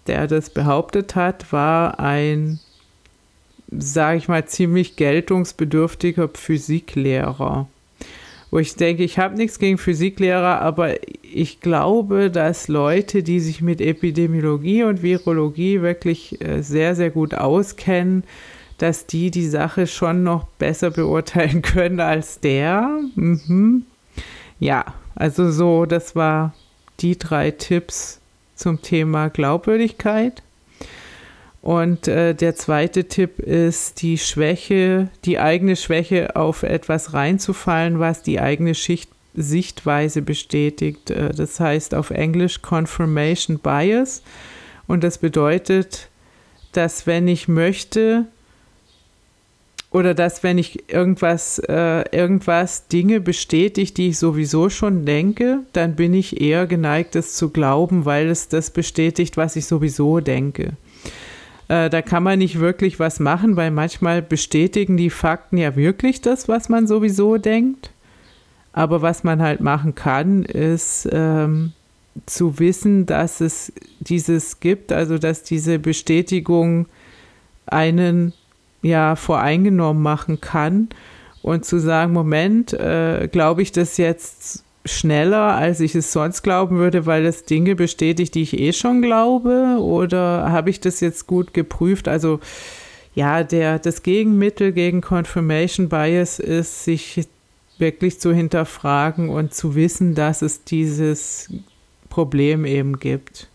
der das behauptet hat, war ein, sage ich mal, ziemlich geltungsbedürftiger Physiklehrer. Wo ich denke, ich habe nichts gegen Physiklehrer, aber ich glaube, dass Leute, die sich mit Epidemiologie und Virologie wirklich äh, sehr, sehr gut auskennen, dass die die Sache schon noch besser beurteilen können als der. Mhm. Ja, also so, das war die drei Tipps zum Thema Glaubwürdigkeit. Und äh, der zweite Tipp ist die Schwäche, die eigene Schwäche auf etwas reinzufallen, was die eigene Schicht, Sichtweise bestätigt. Äh, das heißt auf Englisch Confirmation Bias. Und das bedeutet, dass wenn ich möchte oder dass wenn ich irgendwas, äh, irgendwas Dinge bestätigt, die ich sowieso schon denke, dann bin ich eher geneigt, es zu glauben, weil es das bestätigt, was ich sowieso denke. Da kann man nicht wirklich was machen, weil manchmal bestätigen die Fakten ja wirklich das, was man sowieso denkt. Aber was man halt machen kann, ist ähm, zu wissen, dass es dieses gibt, also dass diese Bestätigung einen ja voreingenommen machen kann und zu sagen, Moment, äh, glaube ich das jetzt schneller, als ich es sonst glauben würde, weil es Dinge bestätigt, die ich eh schon glaube, oder habe ich das jetzt gut geprüft? Also ja, der, das Gegenmittel gegen Confirmation Bias ist, sich wirklich zu hinterfragen und zu wissen, dass es dieses Problem eben gibt.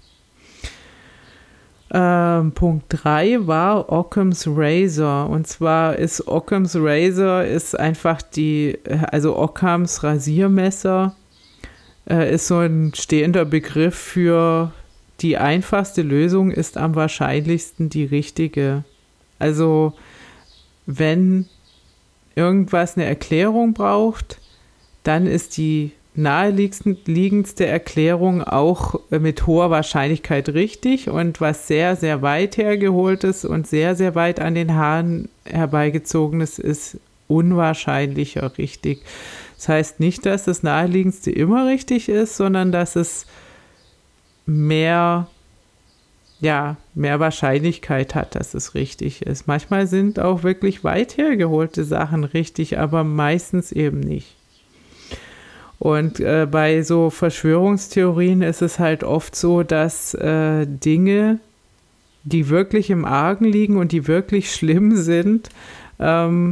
Ähm, Punkt drei war Occam's Razor, und zwar ist Occam's Razor ist einfach die, also Occams Rasiermesser äh, ist so ein stehender Begriff für die einfachste Lösung ist am wahrscheinlichsten die richtige. Also wenn irgendwas eine Erklärung braucht, dann ist die naheliegendste Erklärung auch mit hoher Wahrscheinlichkeit richtig, und was sehr, sehr weit hergeholtes und sehr, sehr weit an den Haaren herbeigezogenes ist unwahrscheinlicher richtig. Das heißt nicht, dass das naheliegendste immer richtig ist, sondern dass es mehr, ja, mehr Wahrscheinlichkeit hat, dass es richtig ist. Manchmal sind auch wirklich weit hergeholte Sachen richtig, aber meistens eben nicht. Und äh, bei so Verschwörungstheorien ist es halt oft so, dass äh, Dinge, die wirklich im Argen liegen und die wirklich schlimm sind, ähm,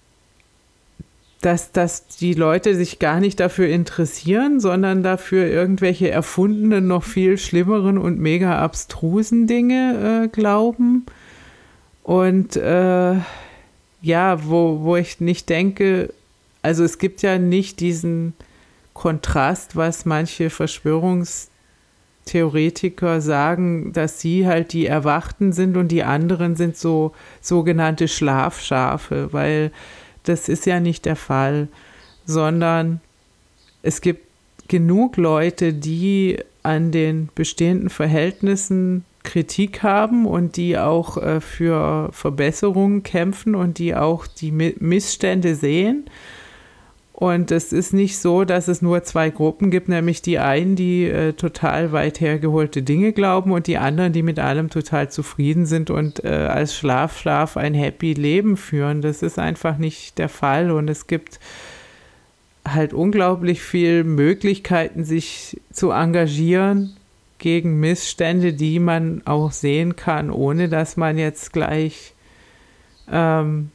dass, dass die Leute sich gar nicht dafür interessieren, sondern dafür irgendwelche erfundenen, noch viel schlimmeren und mega abstrusen Dinge äh, glauben. Und äh, ja, wo, wo ich nicht denke, also es gibt ja nicht diesen Kontrast, was manche Verschwörungstheoretiker sagen, dass sie halt die Erwachten sind und die anderen sind so sogenannte Schlafschafe, weil das ist ja nicht der Fall, sondern es gibt genug Leute, die an den bestehenden Verhältnissen Kritik haben und die auch äh, für Verbesserungen kämpfen und die auch die Missstände sehen. Und es ist nicht so, dass es nur zwei Gruppen gibt, nämlich die einen, die äh, total weit hergeholte Dinge glauben, und die anderen, die mit allem total zufrieden sind und äh, als Schlaf, Schlaf ein happy Leben führen. Das ist einfach nicht der Fall, und es gibt halt unglaublich viele Möglichkeiten, sich zu engagieren gegen Missstände, die man auch sehen kann, ohne dass man jetzt gleich ähm,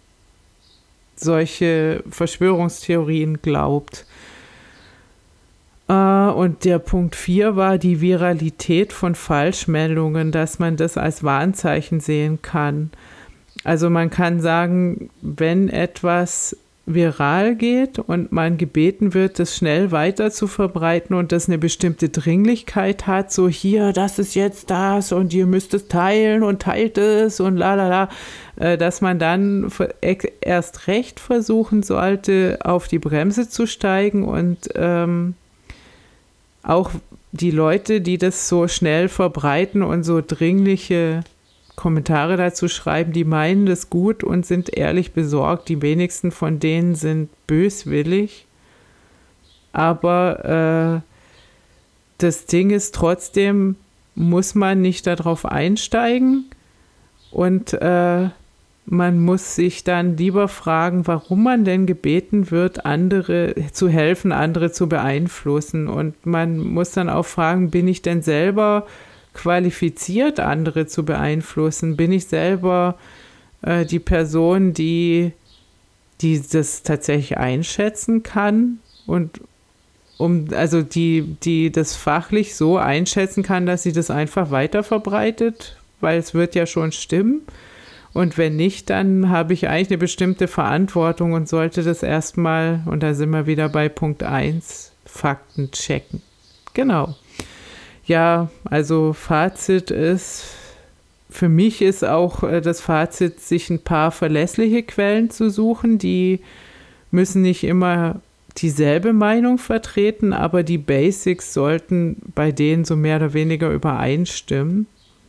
solche Verschwörungstheorien glaubt. Äh, und der Punkt vier war die Viralität von Falschmeldungen, dass man das als Warnzeichen sehen kann. Also man kann sagen, wenn etwas viral geht und man gebeten wird, das schnell weiter zu verbreiten und das eine bestimmte Dringlichkeit hat, so hier, das ist jetzt das und ihr müsst es teilen und teilt es und la la la, dass man dann erst recht versuchen sollte, auf die Bremse zu steigen und ähm, auch die Leute, die das so schnell verbreiten und so dringliche Kommentare dazu schreiben, die meinen das gut und sind ehrlich besorgt. Die wenigsten von denen sind böswillig. Aber äh, das Ding ist trotzdem, muss man nicht darauf einsteigen und äh, man muss sich dann lieber fragen, warum man denn gebeten wird, andere zu helfen, andere zu beeinflussen. Und man muss dann auch fragen, bin ich denn selber qualifiziert, andere zu beeinflussen? Bin ich selber äh, die Person, die, die das tatsächlich einschätzen kann und um, also die, die das fachlich so einschätzen kann, dass sie das einfach weiter verbreitet, weil es wird ja schon stimmen. Und wenn nicht, dann habe ich eigentlich eine bestimmte Verantwortung und sollte das erstmal, und da sind wir wieder bei Punkt eins, Fakten checken. Genau. Ja, also Fazit ist, für mich ist auch das Fazit, sich ein paar verlässliche Quellen zu suchen, die müssen nicht immer dieselbe Meinung vertreten, aber die Basics sollten bei denen so mehr oder weniger übereinstimmen.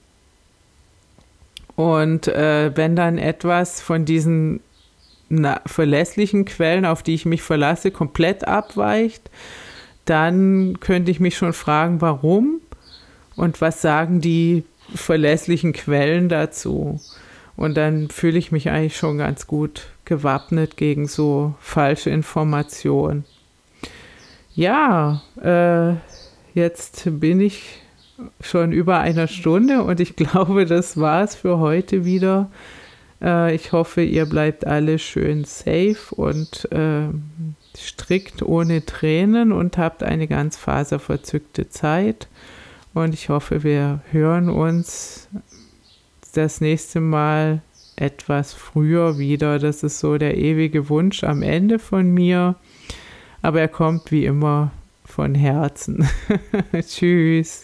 Und äh, wenn dann etwas von diesen na, verlässlichen Quellen, auf die ich mich verlasse, komplett abweicht, dann könnte ich mich schon fragen, warum und was sagen die verlässlichen Quellen dazu. Und dann fühle ich mich eigentlich schon ganz gut gewappnet gegen so falsche Informationen. Ja, äh, jetzt bin ich schon über einer Stunde und ich glaube, das war's für heute wieder. Äh, ich hoffe, ihr bleibt alle schön safe und äh, strikt ohne Tränen und habt eine ganz faserverzückte Zeit. Und ich hoffe, wir hören uns das nächste Mal etwas früher wieder. Das ist so der ewige Wunsch am Ende von mir. Aber er kommt wie immer von Herzen. Tschüss.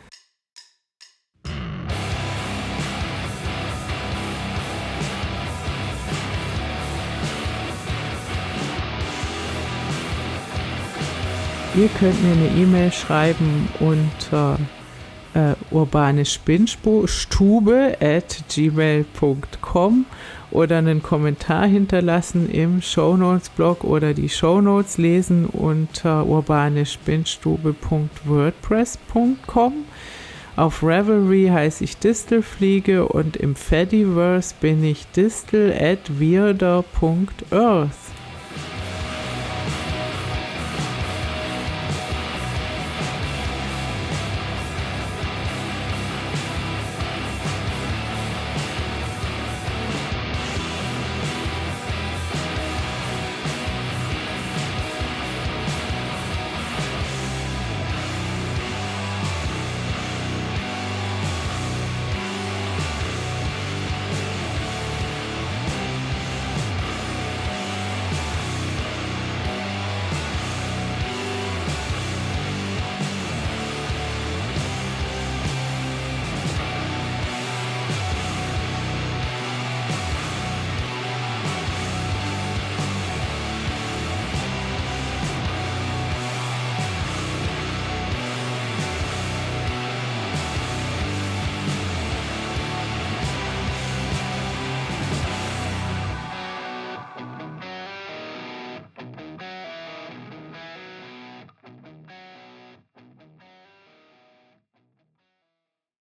Ihr könnt mir eine E-Mail schreiben unter äh, urbanespinnstube at gmail punkt com oder einen Kommentar hinterlassen im Shownotes-Blog oder die Shownotes lesen unter urbanespinnstube punkt wordpress punkt com. Auf Ravelry heiße ich Distelfliege und im Fediverse bin ich distel at weirder punkt earth.